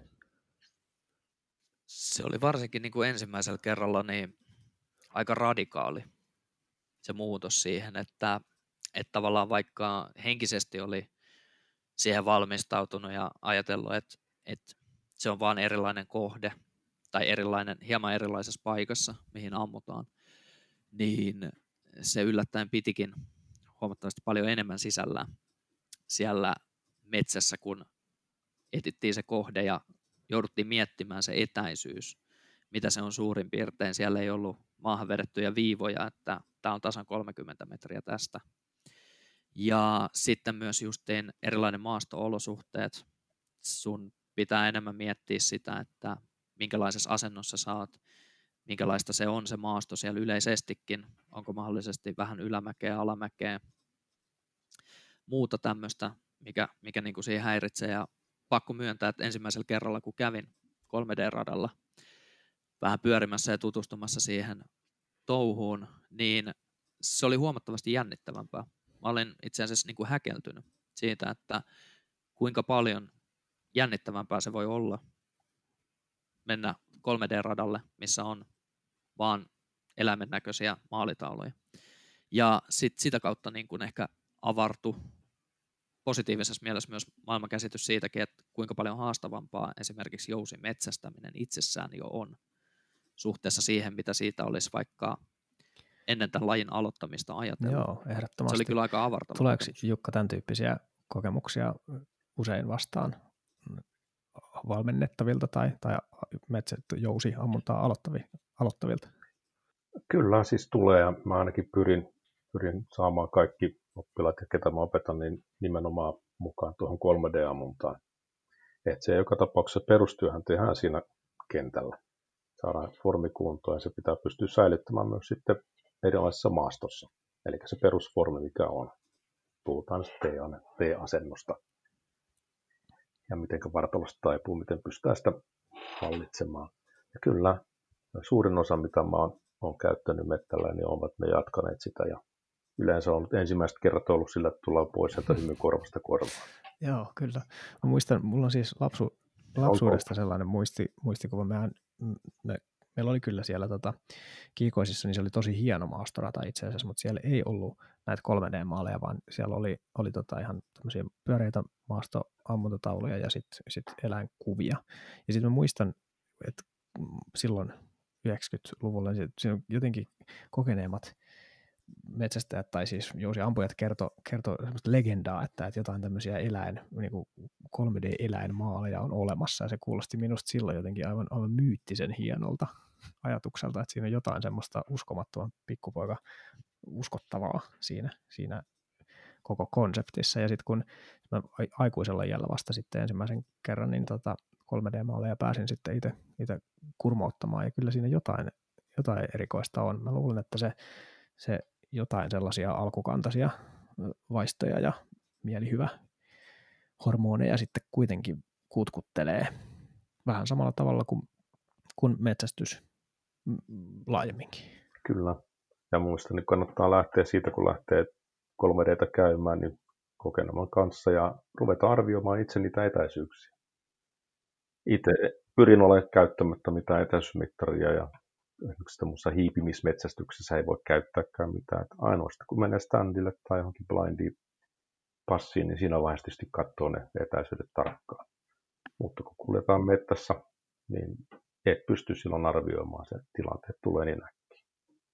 Se oli varsinkin niin kuin ensimmäisellä kerralla niin aika radikaali se muutos siihen, että, että tavallaan vaikka henkisesti oli siihen valmistautunut ja ajatellut, että, että se on vaan erilainen kohde tai erilainen, hieman erilaisessa paikassa, mihin ammutaan, niin se yllättäen pitikin huomattavasti paljon enemmän sisällä siellä metsässä, kun etittiin se kohde ja jouduttiin miettimään se etäisyys, mitä se on suurin piirtein. Siellä ei ollut maahan vedettyjä viivoja, että tämä on tasan kolmekymmentä metriä tästä. Ja sitten myös justiin erilainen maasto-olosuhteet. Sun pitää enemmän miettiä sitä, että minkälaisessa asennossa sä oot, minkälaista se on se maasto siellä yleisestikin, onko mahdollisesti vähän ylämäkeä, alamäkeä, muuta tämmöistä, mikä, mikä niin kuin siihen häiritsee. Ja pakko myöntää, että ensimmäisellä kerralla, kun kävin kolme D-radalla vähän pyörimässä ja tutustumassa siihen touhuun, niin se oli huomattavasti jännittävämpää. Mä olin itse asiassa niin kuin häkeltynyt siitä, että kuinka paljon jännittävämpää se voi olla mennä kolme D-radalle, missä on vaan eläimen näköisiä maalitauluja. Ja sit sitä kautta niin kuin ehkä avartui positiivisessa mielessä myös maailmankäsitys siitäkin, että kuinka paljon haastavampaa esimerkiksi jousimetsästäminen itsessään jo on suhteessa siihen, mitä siitä olisi vaikka ennen tämän lajin aloittamista ajatellut. Joo, ehdottomasti. Se oli kyllä aika avartava. Tuleeko Jukka tämän tyyppisiä kokemuksia usein vastaan valmennettavilta tai, tai metsästysjousi ammuntaa aloittavilta? Kyllä siis tulee, ja mä ainakin pyrin, pyrin saamaan kaikki oppilaat ja ketä mä opetan, niin nimenomaan mukaan tuohon kolme D-ammuntaan. Että se joka tapauksessa perustyöhän tehdään siinä kentällä. Saadaan formikuntoon ja se pitää pystyä säilyttämään myös sitten erilaisessa maastossa. Eli se perusformi, mikä on. Puhutaan sitten T-asennosta. Ja miten vartalosta taipuu, miten pystytään sitä hallitsemaan. Ja kyllä, suurin osa, mitä mä oon, oon käyttänyt mettällä, niin ovat ne jatkaneet sitä. Ja yleensä on ollut ensimmäiset kerrat ollut sillä, että tullaan pois sieltä hymyn korvasta korvaan. Joo, kyllä. Mä muistan, mulla on siis lapsu, lapsuudesta sellainen muisti, muistikuva. Mehän, me, meillä oli kyllä siellä tota, Kiikoisissa, niin se oli tosi hieno maastorata itse asiassa, mutta siellä ei ollut näitä kolme D-maaleja, vaan siellä oli, oli tota ihan tämmöisiä pyöreitä maastoammuntatauluja ja sitten sit eläinkuvia. Ja sitten mä muistan, että silloin yhdeksänkymmentäluvulla niin siinä jotenkin kokeneemmat metsästäjät tai siis jousiampujat kertoi kerto semmoista legendaa, että, että jotain tämmöisiä eläin, niin kuin kolme D-eläinmaaleja on olemassa, ja se kuulosti minusta silloin jotenkin aivan, aivan myyttisen hienolta ajatukselta, että siinä on jotain semmoista uskomattoman pikkupoika uskottavaa siinä, siinä koko konseptissa, ja sitten kun mä aikuisella iällä vasta sitten ensimmäisen kerran, niin tota kolme D-maaleja pääsin sitten itse, itse kurmouttamaan, ja kyllä siinä jotain, jotain erikoista on. Mä luulen, että se, se jotain sellaisia alkukantaisia vaistoja ja mielihyvä hormoneja sitten kuitenkin kutkuttelee vähän samalla tavalla kuin, kuin metsästys laajemminkin. Kyllä. Ja muistan, niin kannattaa lähteä siitä, kun lähtee kolme D:tä käymään, niin kokeneman kanssa ja ruveta arvioimaan itse niitä etäisyyksiä. Itse pyrin olemaan käyttämättä mitään etäisyysmittaria ja esimerkiksi tämmöisessä hiipimismetsästyksessä ei voi käyttääkään mitään. Että ainoastaan kun menee standille tai johonkin blindiin passiin, niin siinä vaiheessa tietysti katsoo ne etäisyydet tarkkaan. Mutta kun kuljetaan mettässä, niin et pysty silloin arvioimaan sen tilanteet tulee niin äkkiä.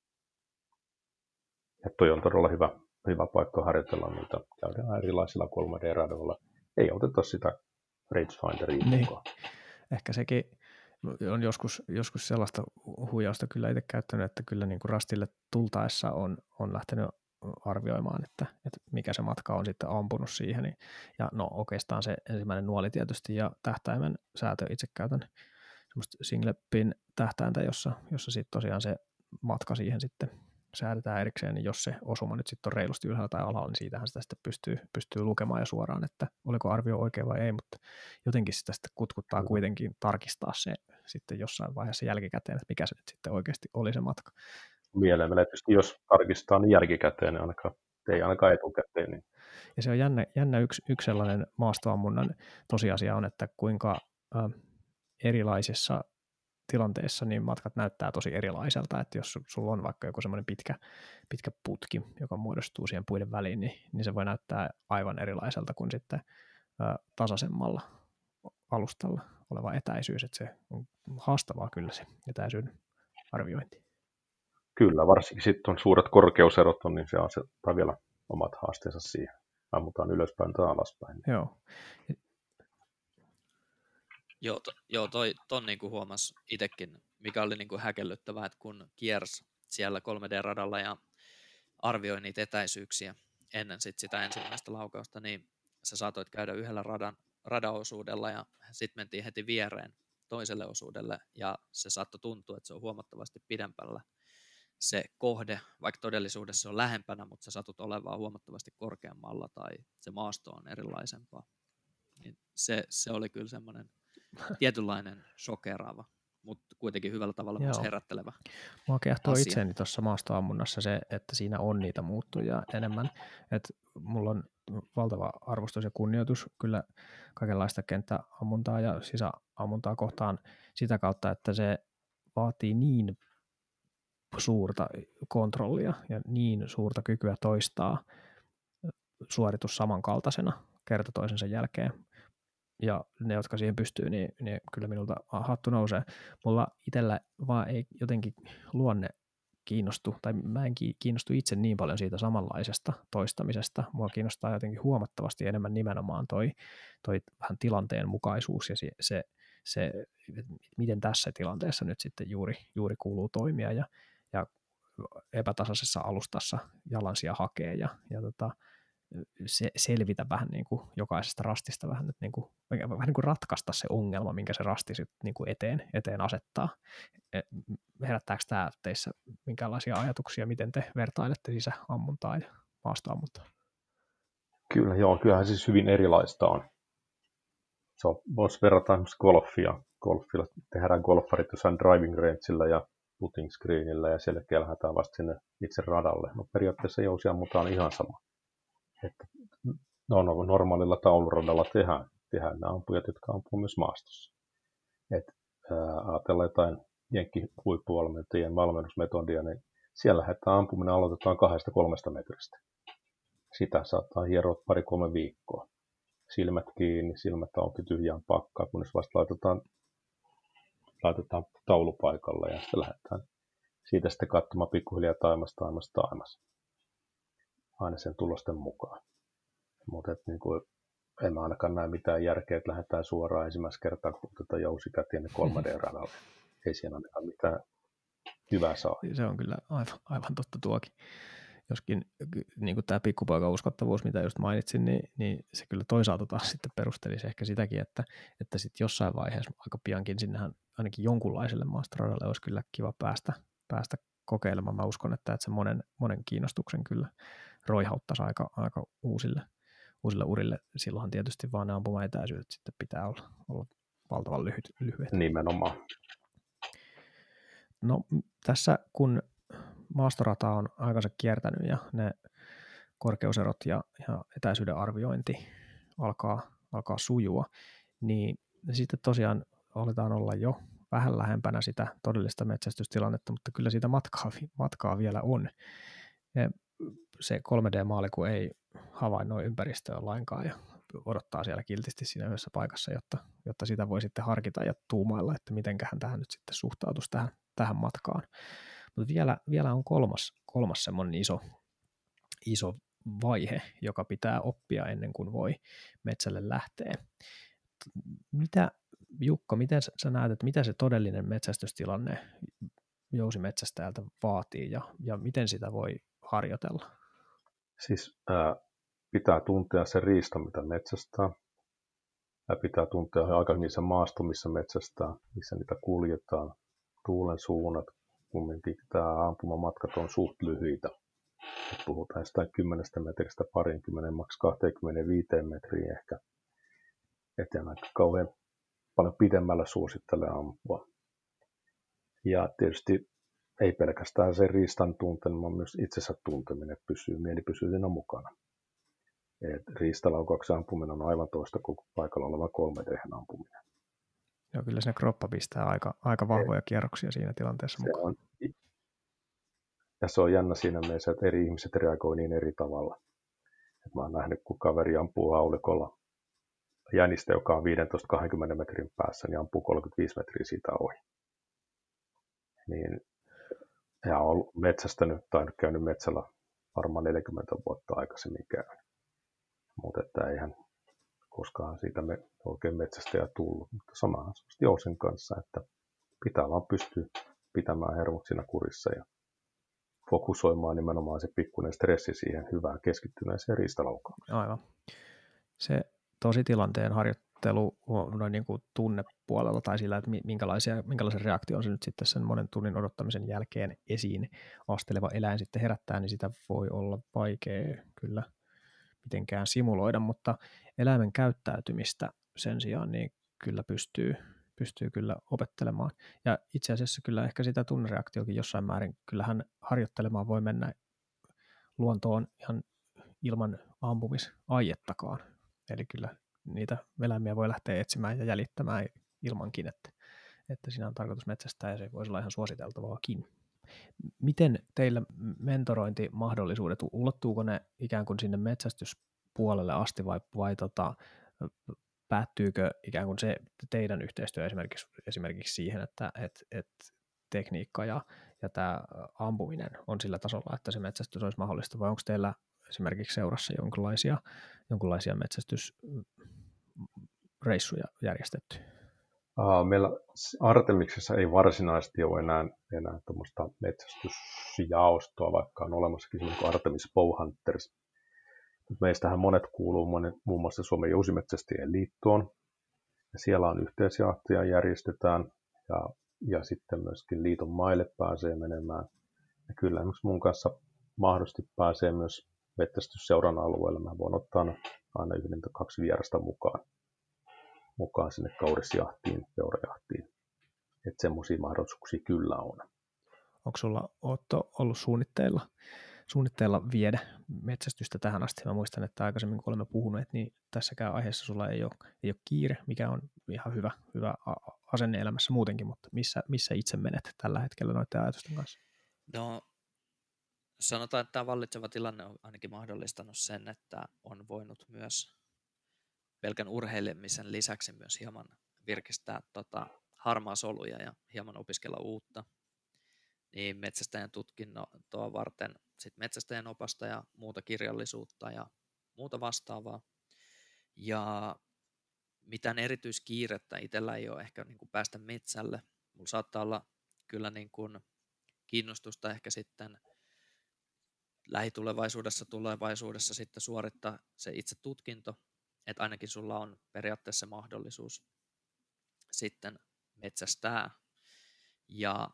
Ja toi on todella hyvä, hyvä paikka harjoitella niitä. Käydään erilaisilla kolme D-radoilla. Ei oteta sitä rangefinderia niin. mukaan. Ehkä sekin on joskus, joskus sellaista huijausta kyllä itse käyttänyt, että kyllä niin kuin rastille tultaessa on, on lähtenyt arvioimaan, että, että mikä se matka on sitten ampunut siihen. Ja no oikeastaan se ensimmäinen nuoli tietysti ja tähtäimen säätö itse käytän semmoista single pin tähtäintä, jossa, jossa sitten tosiaan se matka siihen sitten säädetään erikseen, niin jos se osuma nyt sitten on reilusti ylhäällä tai alhaalla, niin siitähän sitä sitten pystyy, pystyy lukemaan ja suoraan, että oliko arvio oikein vai ei, mutta jotenkin sitä sitten kutkuttaa kuitenkin tarkistaa se sitten jossain vaiheessa jälkikäteen, että mikä se nyt sitten oikeasti oli se matka. Mieleen tietysti, jos tarkistaa niin jälkikäteen, niin ainakaan, ei ainakaan etukäteen. Niin. Ja se on jännä, jännä yksi, yksi sellainen maastoammunnan tosiasia on, että kuinka äh, erilaisissa tilanteessa niin matkat näyttää tosi erilaiselta, että jos sulla on vaikka joku semmoinen pitkä, pitkä putki, joka muodostuu siihen puiden väliin, niin, niin se voi näyttää aivan erilaiselta kuin sitten ä, tasaisemmalla alustalla oleva etäisyys, että se on haastavaa kyllä se etäisyyden arviointi. Kyllä, varsinkin sitten on suuret korkeuserot, niin se asettaa vielä omat haasteensa siihen. Ammutaan ylöspäin tai alaspäin. Joo. Joo, to, joo toi, ton niin kuin huomasi itsekin, mikä oli niin kuin häkellyttävää, että kun kiersi siellä kolme D-radalla ja arvioi niitä etäisyyksiä ennen sit sitä ensimmäistä laukausta, niin sä saatoit käydä yhdellä radan, radaosuudella ja sitten mentiin heti viereen toiselle osuudelle, ja se saattoi tuntua, että se on huomattavasti pidempällä se kohde, vaikka todellisuudessa se on lähempänä, mutta sä satut olemaan huomattavasti korkeammalla tai se maasto on erilaisempaa. Niin se, se oli kyllä semmoinen tietynlainen shokeraava, mutta kuitenkin hyvällä tavalla Joo. myös herättelevä Mua kehtoo asia. itseäni tuossa maastoammunnassa se, että siinä on niitä muuttujia enemmän. Et mulla on valtava arvostus ja kunnioitus kyllä kaikenlaista kenttäammuntaa ja sisäammuntaa kohtaan sitä kautta, että se vaatii niin suurta kontrollia ja niin suurta kykyä toistaa suoritus samankaltaisena kerta toisensa jälkeen. Ja ne, jotka siihen pystyy, niin, niin kyllä minulta hattu nousee. Mulla itsellä vaan ei jotenkin luonne kiinnostu, tai mä en kiinnostu itse niin paljon siitä samanlaisesta toistamisesta. Mua kiinnostaa jotenkin huomattavasti enemmän nimenomaan toi, toi vähän tilanteen mukaisuus ja se, se, se, miten tässä tilanteessa nyt sitten juuri, juuri kuuluu toimia ja, ja epätasaisessa alustassa jalansia hakee ja, ja tota, se, selvitä vähän niin kuin jokaisesta rastista vähän, nyt niin kuin, vähän niin kuin ratkaista se ongelma, minkä se rasti sitten niin kuin eteen, eteen asettaa. Herättääkö tämä teissä minkälaisia ajatuksia, miten te vertailette sisäammuntaa ja maastoammuntaa? Kyllä, joo, kyllähän siis hyvin erilaista on. Se on, voisi verrata esimerkiksi golfia. Golfilla tehdään golfarit jossain driving rangeillä ja putting screenillä ja sen jälkeen lähdetään vasta sinne itse radalle. No periaatteessa jousiammunta ihan sama. Että no, no, normaalilla tauluradalla tehdään, tehdään nämä ampujat, jotka ampuu myös maastossa. Et, ää, ajatellaan jotain jenkkihuippuvalmentajien valmennusmetodia, niin siellä lähdetään ampuminen aloitetaan kahdesta kolmesta metristä. Sitä saattaa hieroa pari-kolme viikkoa. Silmät kiinni, silmät auki tyhjään pakkaan, kunnes vasta laitetaan, laitetaan taulupaikalle ja sitten lähdetään siitä sitten katsomaan pikkuhiljaa taimas, taimas, taimas. Aina sen tulosten mukaan. Mutta niin en mä ainakaan näe mitään järkeä, että lähdetään suoraan ensimmäistä kertaa, kun otetaan jousikätiä kolme D-radalle. Ei siinä ainakaan mitään hyvää saa. Se on kyllä aivan, aivan totta tuokin. Joskin niin kuin tämä pikkupoika uskottavuus, mitä just mainitsin, niin, niin se kyllä toisaalta taas sitten perustelisi ehkä sitäkin, että, että sitten jossain vaiheessa aika piankin sinnehän ainakin jonkunlaiselle maastoradalle olisi kyllä kiva päästä, päästä kokeilemaan. Mä uskon, että, että se monen, monen kiinnostuksen kyllä roihauttaisi aika, aika uusille, uusille urille. Silloinhan tietysti vaan ne ampumaetäisyydet sitten pitää olla, olla valtavan lyhyt, lyhyet. Nimenomaan. No tässä kun maastorata on aikansa kiertänyt ja ne korkeuserot ja, ja etäisyyden arviointi alkaa, alkaa sujua, niin sitten tosiaan aletaan olla jo vähän lähempänä sitä todellista metsästystilannetta, mutta kyllä siitä matkaa, matkaa vielä on. Ja se kolme D-maali, kun ei havainnoi ympäristöä lainkaan ja odottaa siellä kiltisti siinä yhdessä paikassa, jotta, jotta sitä voi sitten harkita ja tuumailla, että mitenköhän tähän nyt sitten suhtautuisi tähän, tähän matkaan. Mutta vielä, vielä on kolmas, kolmas semmoinen iso, iso vaihe, joka pitää oppia ennen kuin voi metsälle lähteä. Mitä, Jukka, miten sä näet, että mitä se todellinen metsästystilanne jousimetsästäjältä vaatii ja, ja miten sitä voi harjoitella? Siis ää, pitää tuntea se riista, mitä metsästää. Ja pitää tuntea aika hyvin se maasto, missä metsästää, missä niitä kuljetaan, tuulen suunnat. Kumminkin tämä ampumamatkat on suht lyhyitä. Et puhutaan sitä kymmenestä metristä parinkymmenen, maks kaksikymmentäviisi metriä ehkä. Et en aika kauhean paljon pidemmällä suosittele ampua. Ja tietysti ei pelkästään se riistan tunteminen, vaan myös itsensä tunteminen, että pysyy, mieli pysyy siinä mukana. Et riistalaukauksen ampuminen on aivan toista kuin paikalla oleva kolme D ampuminen. Joo, kyllä siinä kroppa pistää aika, aika vahvoja kierroksia siinä tilanteessa se mukaan. On, ja se on jännä siinä mielessä, että eri ihmiset reagoi niin eri tavalla. Et mä oon nähnyt, kun kaveri ampuu haulikolla jänistä, joka on viisitoista kaksikymmentä metrin päässä, niin ampuu kolmekymmentäviisi metriä siitä ohi. Niin, ja on metsästänyt tai käynyt metsällä varmaan neljäkymmentä vuotta aikaisemmin käynyt. Mutta että eihän koskaan siitä me oikein metsästäjä tullut. Mutta samahan se jousen kanssa, että pitää vaan pystyä pitämään hermot siinä kurissa ja fokusoimaan nimenomaan se pikkuinen stressi siihen hyvään keskittyneeseen riistalaukaukseen. Aivan. Se tositilanteen harjoittelu noin niin kuin tunnepuolella tai sillä, että minkälaisia, minkälaisen reaktion se nyt sitten sen monen tunnin odottamisen jälkeen esiin asteleva eläin sitten herättää, niin sitä voi olla vaikea kyllä mitenkään simuloida, mutta eläimen käyttäytymistä sen sijaan niin kyllä pystyy, pystyy kyllä opettelemaan. Ja itse asiassa kyllä ehkä sitä tunnereaktiokin jossain määrin, kyllähän harjoittelemaan voi mennä luontoon ihan ilman ampumisaiettakaan. Eli kyllä niitä eläimiä voi lähteä etsimään ja jäljittämään ilmankin, että, että siinä on tarkoitus metsästää ja se voisi olla ihan suositeltavaakin. Miten teillä mentorointimahdollisuudet, ulottuuko ne ikään kuin sinne metsästyspuolelle asti vai, vai tota, päättyykö ikään kuin se teidän yhteistyö esimerkiksi, esimerkiksi siihen, että et, et tekniikka ja, ja tämä ampuminen on sillä tasolla, että se metsästys olisi mahdollista, vai onko teillä esimerkiksi seurassa jonkinlaisia, jonkinlaisia metsästysreissuja järjestetty? Meillä Artemiksessa ei varsinaisesti ole enää, enää tuommoista metsästysjaostoa, vaikka on olemassakin semmoinen kuin Artemis Bowhunters. Meistähän monet kuuluu monet, muun muassa Suomen jousimetsästäjien liittoon. Ja siellä on yhteisjahtia järjestetään ja, ja sitten myöskin liiton maille pääsee menemään. Ja kyllä esimerkiksi mun kanssa mahdollisesti pääsee myös metsästysseuran alueelle. Mä voin ottaa aina yhden tai kaksi vierasta mukaan, mukaan sinne kaurisjahtiin, peurajahtiin. Että semmoisia mahdollisuuksia kyllä on. Onko sulla Otto ollut suunnitteilla, suunnitteilla viedä metsästystä tähän asti? Mä muistan, että aikaisemmin kun olemme puhuneet, niin tässäkään aiheessa sulla ei ole, ei ole kiire, mikä on ihan hyvä, hyvä asenne elämässä muutenkin, mutta missä, missä itse menet tällä hetkellä noiden ajatusten kanssa? No sanotaan, että tämä vallitseva tilanne on ainakin mahdollistanut sen, että on voinut myös pelkän urheilemisen lisäksi myös hieman virkistää tota harmaasoluja ja hieman opiskella uutta. Niin metsästäjän tutkintoa varten sit metsästäjän opasta ja muuta kirjallisuutta ja muuta vastaavaa. Ja mitään erityiskiirettä itsellä ei ole ehkä niin kuin päästä metsälle. Mulla saattaa olla kyllä niin kuin kiinnostusta ehkä sitten lähitulevaisuudessa tulevaisuudessa sitten suorittaa se itse tutkinto, että ainakin sulla on periaatteessa mahdollisuus sitten metsästää. Ja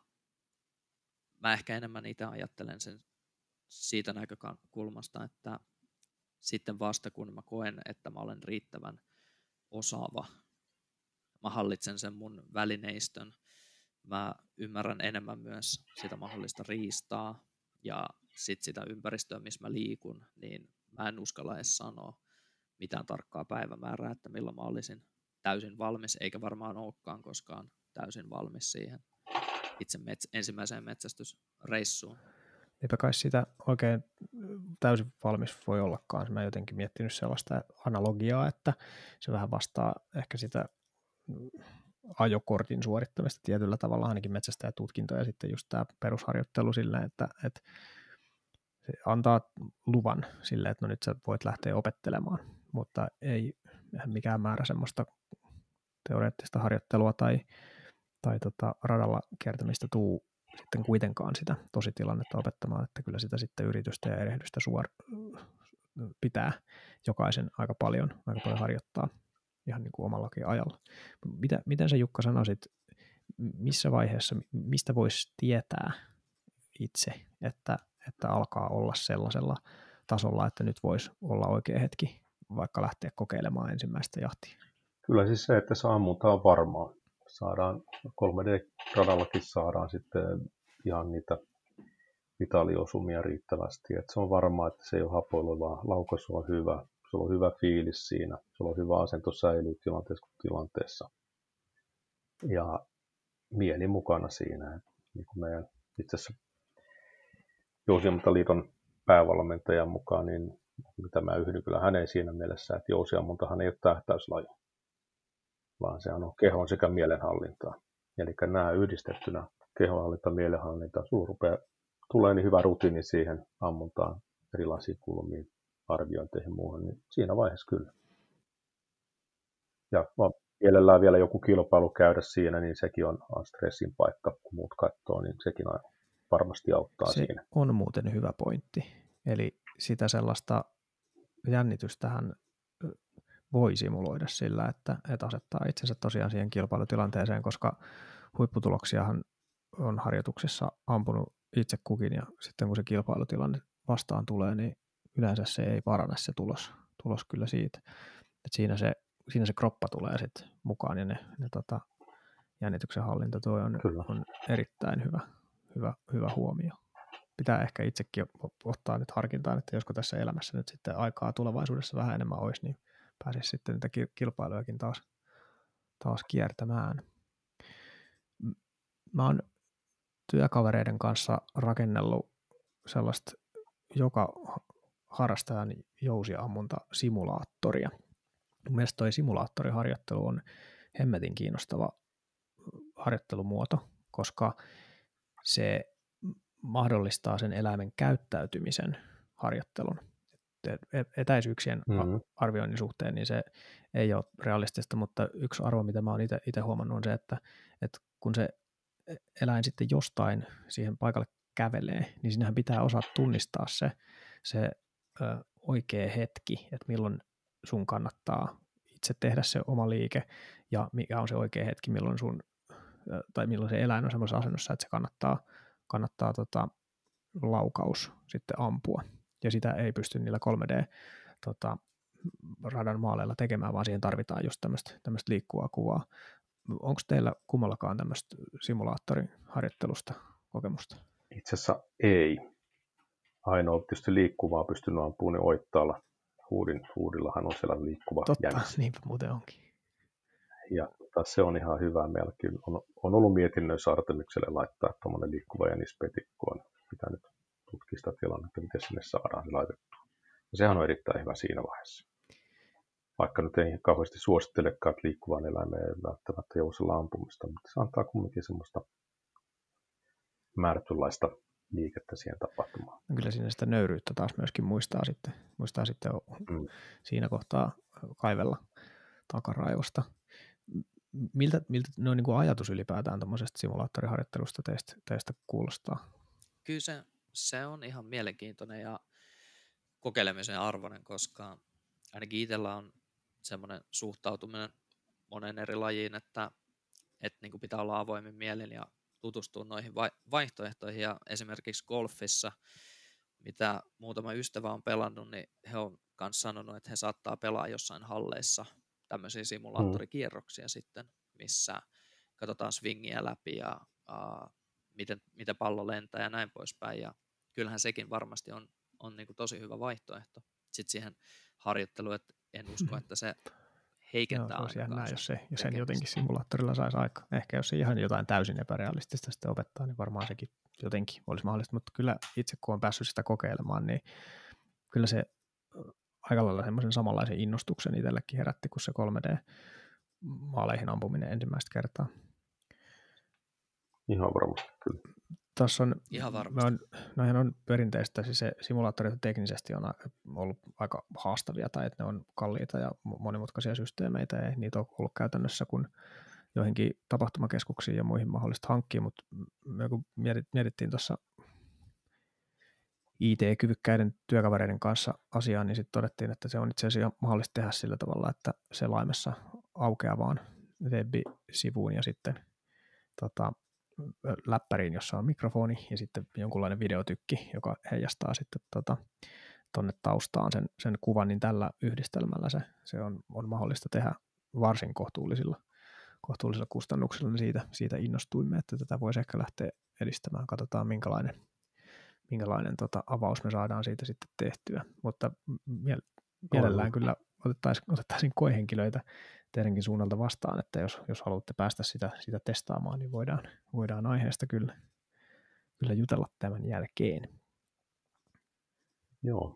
mä ehkä enemmän itse ajattelen sen siitä näkökulmasta, että sitten vasta kun mä koen, että mä olen riittävän osaava, mä hallitsen sen mun välineistön, mä ymmärrän enemmän myös sitä mahdollista riistaa ja sit sitä ympäristöä, missä mä liikun, niin mä en uskalla edes sanoa mitään tarkkaa päivämäärää, että milloin mä olisin täysin valmis, eikä varmaan olekaan koskaan täysin valmis siihen itse metsä, ensimmäiseen metsästysreissuun. Eipä kai sitä oikein täysin valmis voi ollakaan. Mä jotenkin miettinyt sellaista analogiaa, että se vähän vastaa ehkä sitä ajokortin suorittamista tietyllä tavalla, ainakin metsästäjätutkinto ja sitten just tämä perusharjoittelu silleen, että, että se antaa luvan silleen, että no nyt sä voit lähteä opettelemaan, mutta ei mikään määrä semmoista teoreettista harjoittelua tai, tai tota radalla kiertämistä tuu sitten kuitenkaan sitä tositilannetta opettamaan, että kyllä sitä sitten yritystä ja erehdystä suor- pitää jokaisen aika paljon, aika paljon harjoittaa ihan niin kuin omallakin ajalla. Mitä, miten sä Jukka sanoisit, missä vaiheessa, mistä voisi tietää itse, että, että alkaa olla sellaisella tasolla, että nyt voisi olla oikea hetki vaikka lähteä kokeilemaan ensimmäistä jahtia? Kyllä siis se, että se ammunta on varmaa. Saadaan kolme D-radallakin saadaan sitten ihan niitä vitaliosumia riittävästi. Että se on varmaa, että se ei ole hapoilevaa. Laukaisu on hyvä. Sulla on hyvä fiilis siinä. Sulla on hyvä asento säilyy tilanteessa kuin tilanteessa. Ja mieli mukana siinä. Että niin kuin meidän itse asiassa Jousiammuntaliiton päävalmentajan mukaan, niin mitä mä yhdyn kyllä häneen siinä mielessä, että jousiammuntahan ei ole tähtäyslaji, vaan se on kehon sekä mielenhallintaa. Eli nämä yhdistettynä kehonhallinta, mielenhallinta, sulla rupeaa tulee niin hyvä rutiini siihen ammuntaan, erilaisiin kulmiin, arviointeihin ja muuhun, niin siinä vaiheessa kyllä. Ja mielellään vielä joku kilpailu käydä siinä, niin sekin on, on stressin paikka, kun muut katsoo, niin sekin varmasti auttaa se siinä. Se on muuten hyvä pointti. Eli sitä sellaista jännitystähän voi simuloida sillä, että, että asettaa itsensä tosiaan siihen kilpailutilanteeseen, koska huipputuloksiahan on harjoituksissa ampunut itse kukin, ja sitten kun se kilpailutilanne vastaan tulee, niin yleensä se ei parane se tulos, tulos kyllä siitä. Et siinä, se, siinä se kroppa tulee sitten mukaan, ja ne, ne tota, jännityksen hallinta tuo on, on erittäin hyvä, hyvä, hyvä huomio. Pitää ehkä itsekin ottaa nyt harkintaan, että josko tässä elämässä nyt sitten aikaa tulevaisuudessa vähän enemmän olisi, niin pääsisi sitten niitä kilpailujakin taas, taas kiertämään. Mä oon työkavereiden kanssa rakennellut sellaista joka harrastajan jousiammunta-simulaattoria. Mielestäni toi simulaattoriharjoittelu on hemmetin kiinnostava harjoittelumuoto, koska se mahdollistaa sen eläimen käyttäytymisen harjoittelun. Etäisyyksien mm-hmm. arvioinnin suhteen niin se ei ole realistista, mutta yksi arvo, mitä mä oon itse huomannut, on se, että, että kun se eläin sitten jostain siihen paikalle kävelee, niin siinähän pitää osaa tunnistaa se, se ö, oikea hetki, että milloin sun kannattaa itse tehdä se oma liike ja mikä on se oikea hetki, milloin sun tai milloin se eläin on semmoisessa asennossa, että se kannattaa, kannattaa tota, laukaus sitten ampua. Ja sitä ei pysty niillä kolme D-radan tota, maaleilla tekemään, vaan siihen tarvitaan just tämmöistä, tämmöistä liikkuvaa kuvaa. Onko teillä kummallakaan tämmöistä simulaattoriharjoittelusta kokemusta? Itse asiassa ei. Ainoa tietysti liikkuvaa pystynyt ampumaan niin Oittaalla. Huudin, huudillahan on siellä liikkuva Totta, jänis. niinpä muuten onkin. Ja se on ihan hyvä. Meilläkin on, on ollut mietinnöissä Artemikselle laittaa tuommoinen liikkuva jänispetikko. Pitää nyt tutkia sitä tilannetta, miten sinne saadaan se laitettua. Ja sehän on erittäin hyvä siinä vaiheessa. Vaikka nyt ei kauheasti suosittelekaan, että liikkuvaan eläimeen ei välttämättä jousella ampumista, mutta se antaa kumminkin semmoista määrätynlaista liikettä siihen tapahtumaan. No kyllä siinä sitä nöyryyttä taas myöskin muistaa sitten, muistaa sitten mm. siinä kohtaa kaivella takaraivosta. Miltä, miltä no niin kuin ajatus ylipäätään tuommoisesta simulaattoriharjoittelusta teistä, teistä kuulostaa? Kyllä se, se on ihan mielenkiintoinen ja kokeilemisen arvoinen, koska ainakin itsellä on semmoinen suhtautuminen monen eri lajiin, että, että niin kuin pitää olla avoimin mielin ja tutustua noihin vaihtoehtoihin. Ja esimerkiksi golfissa, mitä muutama ystävä on pelannut, niin he on myös sanonut, että he saattaa pelaa jossain halleissa tämmöisiä simulaattorikierroksia mm. sitten, missä katsotaan swingiä läpi ja uh, miten, miten pallo lentää ja näin poispäin. Ja kyllähän sekin varmasti on, on niin kuin tosi hyvä vaihtoehto sitten siihen harjoitteluun, että en usko, että se heikentää Joo, se ainakaan. Jos, se, jos sen jotenkin simulaattorilla saisi aika. Ehkä jos se ihan jotain täysin epärealistista sitten opettaa, niin varmaan sekin jotenkin olisi mahdollista. Mutta kyllä itse kun on päässyt sitä kokeilemaan, niin kyllä se aika lailla semmoisen samanlaisen innostuksen itsellekin herätti kuin se kolme D-maaleihin ampuminen ensimmäistä kertaa. Ihan varmasti kyllä. Tuossa on, Ihan varmasti. On, noihän on perinteistä, siis se simulaattorit teknisesti on ollut aika haastavia tai että ne on kalliita ja monimutkaisia systeemeitä, ei niitä ole ollut käytännössä kun joihinkin tapahtumakeskuksiin ja muihin mahdollista hankkia, mutta me kun mietittiin tuossa I T-kyvykkäiden työkavereiden kanssa asiaa, niin sitten todettiin, että se on itse asiassa mahdollista tehdä sillä tavalla, että selaimessa aukeavaan web-sivuun ja sitten tota, läppäriin, jossa on mikrofoni ja sitten jonkunlainen videotykki, joka heijastaa sitten tuonne tota, taustaan sen, sen kuvan, niin tällä yhdistelmällä se, se on, on mahdollista tehdä varsin kohtuullisilla, kohtuullisilla kustannuksilla, niin siitä, siitä innostuimme, että tätä voisi ehkä lähteä edistämään. Katsotaan, minkälainen, minkälainen tota, avaus me saadaan siitä sitten tehtyä, mutta mielellään kyllä otettaisiin, otettaisiin koehenkilöitä teidänkin suunnalta vastaan, että jos, jos haluatte päästä sitä, sitä testaamaan, niin voidaan, voidaan aiheesta kyllä, kyllä jutella tämän jälkeen. Joo.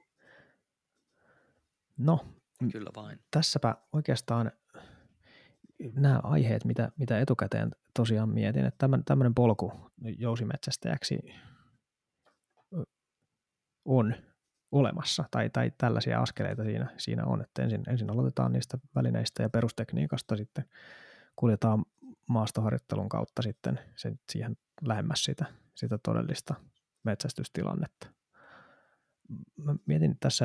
No, kyllä vain. Tässäpä oikeastaan nämä aiheet, mitä, mitä etukäteen tosiaan mietin, että tämmöinen polku jousimetsästäjäksi on olemassa, tai, tai tällaisia askeleita siinä, siinä on, että ensin, ensin aloitetaan niistä välineistä ja perustekniikasta, sitten kuljetaan maastoharjoittelun kautta sitten sen, siihen lähemmäs sitä, sitä todellista metsästystilannetta. Mä mietin tässä, että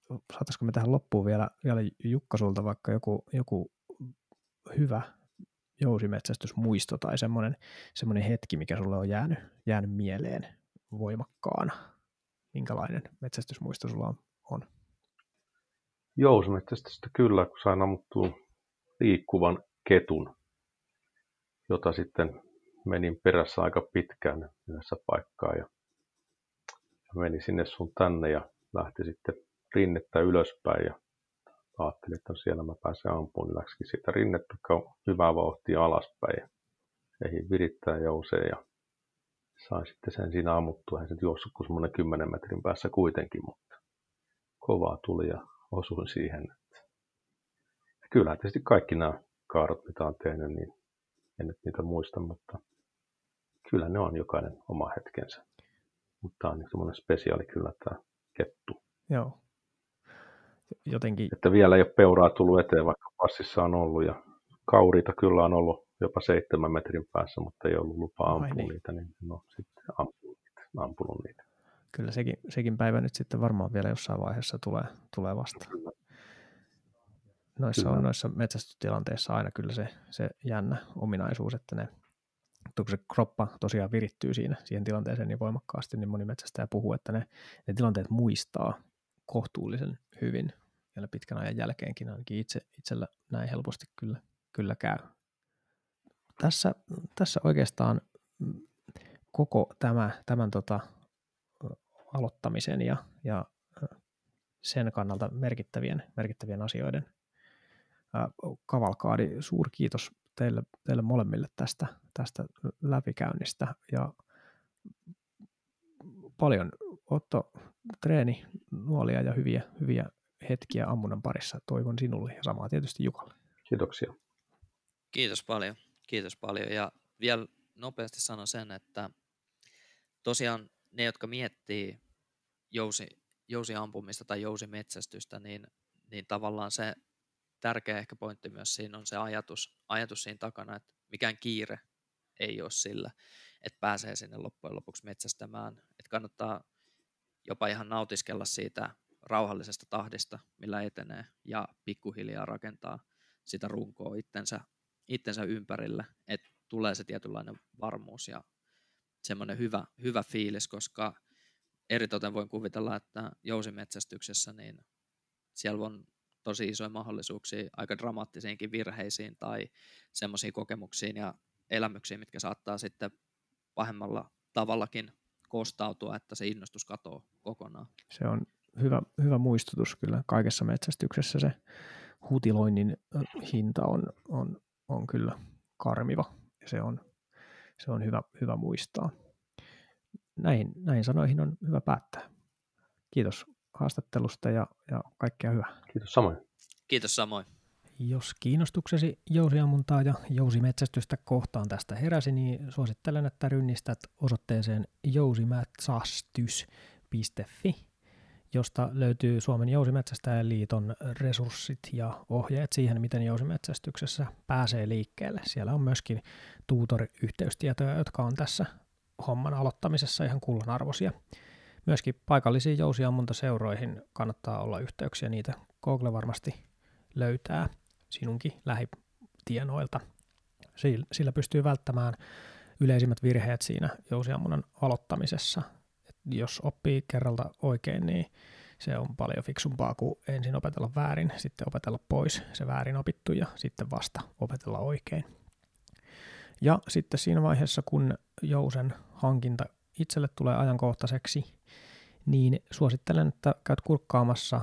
saataisiko me tähän loppuun vielä, vielä Jukka sulta vaikka joku, joku hyvä jousimetsästysmuisto tai semmoinen, semmoinen hetki, mikä sulle on jäänyt, jäänyt mieleen voimakkaana. Minkälainen metsästysmuisto sulla on? on? Jousimetsästystä kyllä, kun sain ammuttua liikkuvan ketun, jota sitten menin perässä aika pitkään yhdessä paikkaa ja meni sinne sun tänne ja lähti sitten rinnettä ylöspäin ja ajattelin, että siellä mä pääsen ampuun, niin läksikin siitä rinnettä hyvää vauhtia alaspäin ja ehdin virittää jouseen ja sain sitten sen siinä ammuttua. Ei se juossut kuin semmoinen kymmenen metrin päässä kuitenkin, mutta kovaa tuli ja osuin siihen. Kyllä tietysti kaikki nämä kaadot, mitä on tehnyt, niin en nyt niitä muista, mutta kyllä ne on jokainen oma hetkensä. Mutta tämä on semmoinen spesiaali kyllä tämä kettu. Joo. Jotenkin... Että vielä ei ole peuraa tullut eteen, vaikka passissa on ollut. Ja kauriita kyllä on ollut jopa seitsemän metrin päässä, mutta ei ollut lupaa ampua niin. niitä, niin no sitten ampunut niitä, ampunut niitä. Kyllä sekin, sekin päivä nyt sitten varmaan vielä jossain vaiheessa tulee, tulee vastaan. Kyllä. Noissa kyllä. on noissa metsästystilanteissa aina kyllä se, se jännä ominaisuus, että ne kun se kroppa tosiaan virittyy siinä, siihen tilanteeseen niin voimakkaasti, niin moni metsästäjä puhuu, että ne, ne tilanteet muistaa kohtuullisen hyvin vielä pitkän ajan jälkeenkin, ainakin itse, itsellä näin helposti kyllä, kyllä käy. Tässä, tässä oikeastaan koko tämä, tämän tota, aloittamisen ja, ja sen kannalta merkittävien, merkittävien asioiden ää, kavalkaadi. Suuri kiitos teille, teille molemmille tästä, tästä läpikäynnistä ja paljon Otto treeni nuolia ja hyviä, hyviä hetkiä ammunnan parissa. Toivon sinulle ja samaa tietysti Jukalle. Kiitoksia. Kiitos paljon. Kiitos paljon. Ja vielä nopeasti sanon sen, että tosiaan ne, jotka miettii jousi, jousiampumista tai jousimetsästystä, niin, niin tavallaan se tärkeä ehkä pointti myös siinä on se ajatus, ajatus siinä takana, että mikään kiire ei ole sillä, että pääsee sinne loppujen lopuksi metsästämään. Että kannattaa jopa ihan nautiskella siitä rauhallisesta tahdista, millä etenee, ja pikkuhiljaa rakentaa sitä runkoa itsensä, itsensä ympärille, että tulee se tietynlainen varmuus ja semmoinen hyvä, hyvä fiilis, koska eritoten voin kuvitella, että jousimetsästyksessä niin siellä on tosi isoja mahdollisuuksia aika dramaattisiinkin virheisiin tai semmoisiin kokemuksiin ja elämyksiin, mitkä saattaa sitten pahemmalla tavallakin kostautua, että se innostus katoaa kokonaan. Se on hyvä, hyvä muistutus kyllä. Kaikessa metsästyksessä se hutiloinnin hinta on, on, on kyllä karmiva ja se on, se on hyvä, hyvä muistaa. Näihin, näihin sanoihin on hyvä päättää. Kiitos haastattelusta ja, ja kaikkea hyvää. Kiitos samoin. Kiitos samoin. Jos kiinnostuksesi jousiammuntaa ja jousimetsästystä kohtaan tästä heräsi, niin suosittelen, että rynnistät osoitteeseen jousimetsästys piste fi, josta löytyy Suomen Jousimetsästäjäliiton resurssit ja ohjeet siihen, miten jousimetsästyksessä pääsee liikkeelle. Siellä on myöskin tuutori-yhteystietoja, jotka on tässä homman aloittamisessa ihan kullanarvoisia. Myöskin paikallisiin jousiammuntaseuroihin kannattaa olla yhteyksiä, niitä Google varmasti löytää sinunkin lähitienoilta. Sillä pystyy välttämään yleisimmät virheet siinä jousiammunnan aloittamisessa. Et jos oppii kerralta oikein, niin se on paljon fiksumpaa kuin ensin opetella väärin, sitten opetella pois se väärin opittu ja sitten vasta opetella oikein. Ja sitten siinä vaiheessa, kun jousen hankinta itselle tulee ajankohtaiseksi, niin suosittelen, että käyt kurkkaamassa,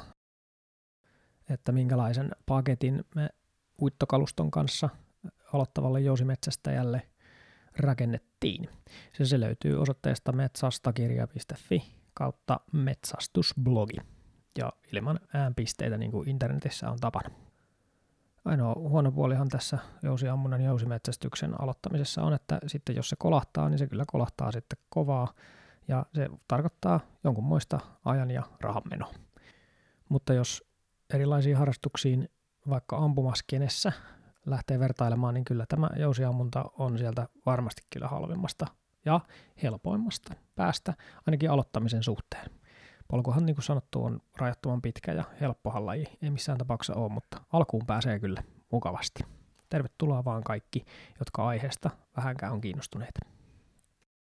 että minkälaisen paketin me uittokaluston kanssa aloittavalle jousimetsästäjälle rakennettiin. Se, se löytyy osoitteesta metsastakirja piste fi kautta metsastusblogi ja ilman äänpisteitä niin kuin internetissä on tapana. Ainoa huono puolihan tässä jousiammunnan ja jousimetsästyksen aloittamisessa on, että sitten jos se kolahtaa, niin se kyllä kolahtaa sitten kovaa ja se tarkoittaa jonkunmoista ajan ja rahan menoa. Mutta jos erilaisiin harrastuksiin vaikka ampumaskenessä lähtee vertailemaan, niin kyllä tämä jousiammunta on sieltä varmasti kyllä halvimmasta ja helpoimmasta päästä, ainakin aloittamisen suhteen. Polkuhan niin kuin sanottu on rajattoman pitkä ja helppohan laji. Ei missään tapauksessa ole, mutta alkuun pääsee kyllä mukavasti. Tervetuloa vaan kaikki, jotka aiheesta vähänkään on kiinnostuneita.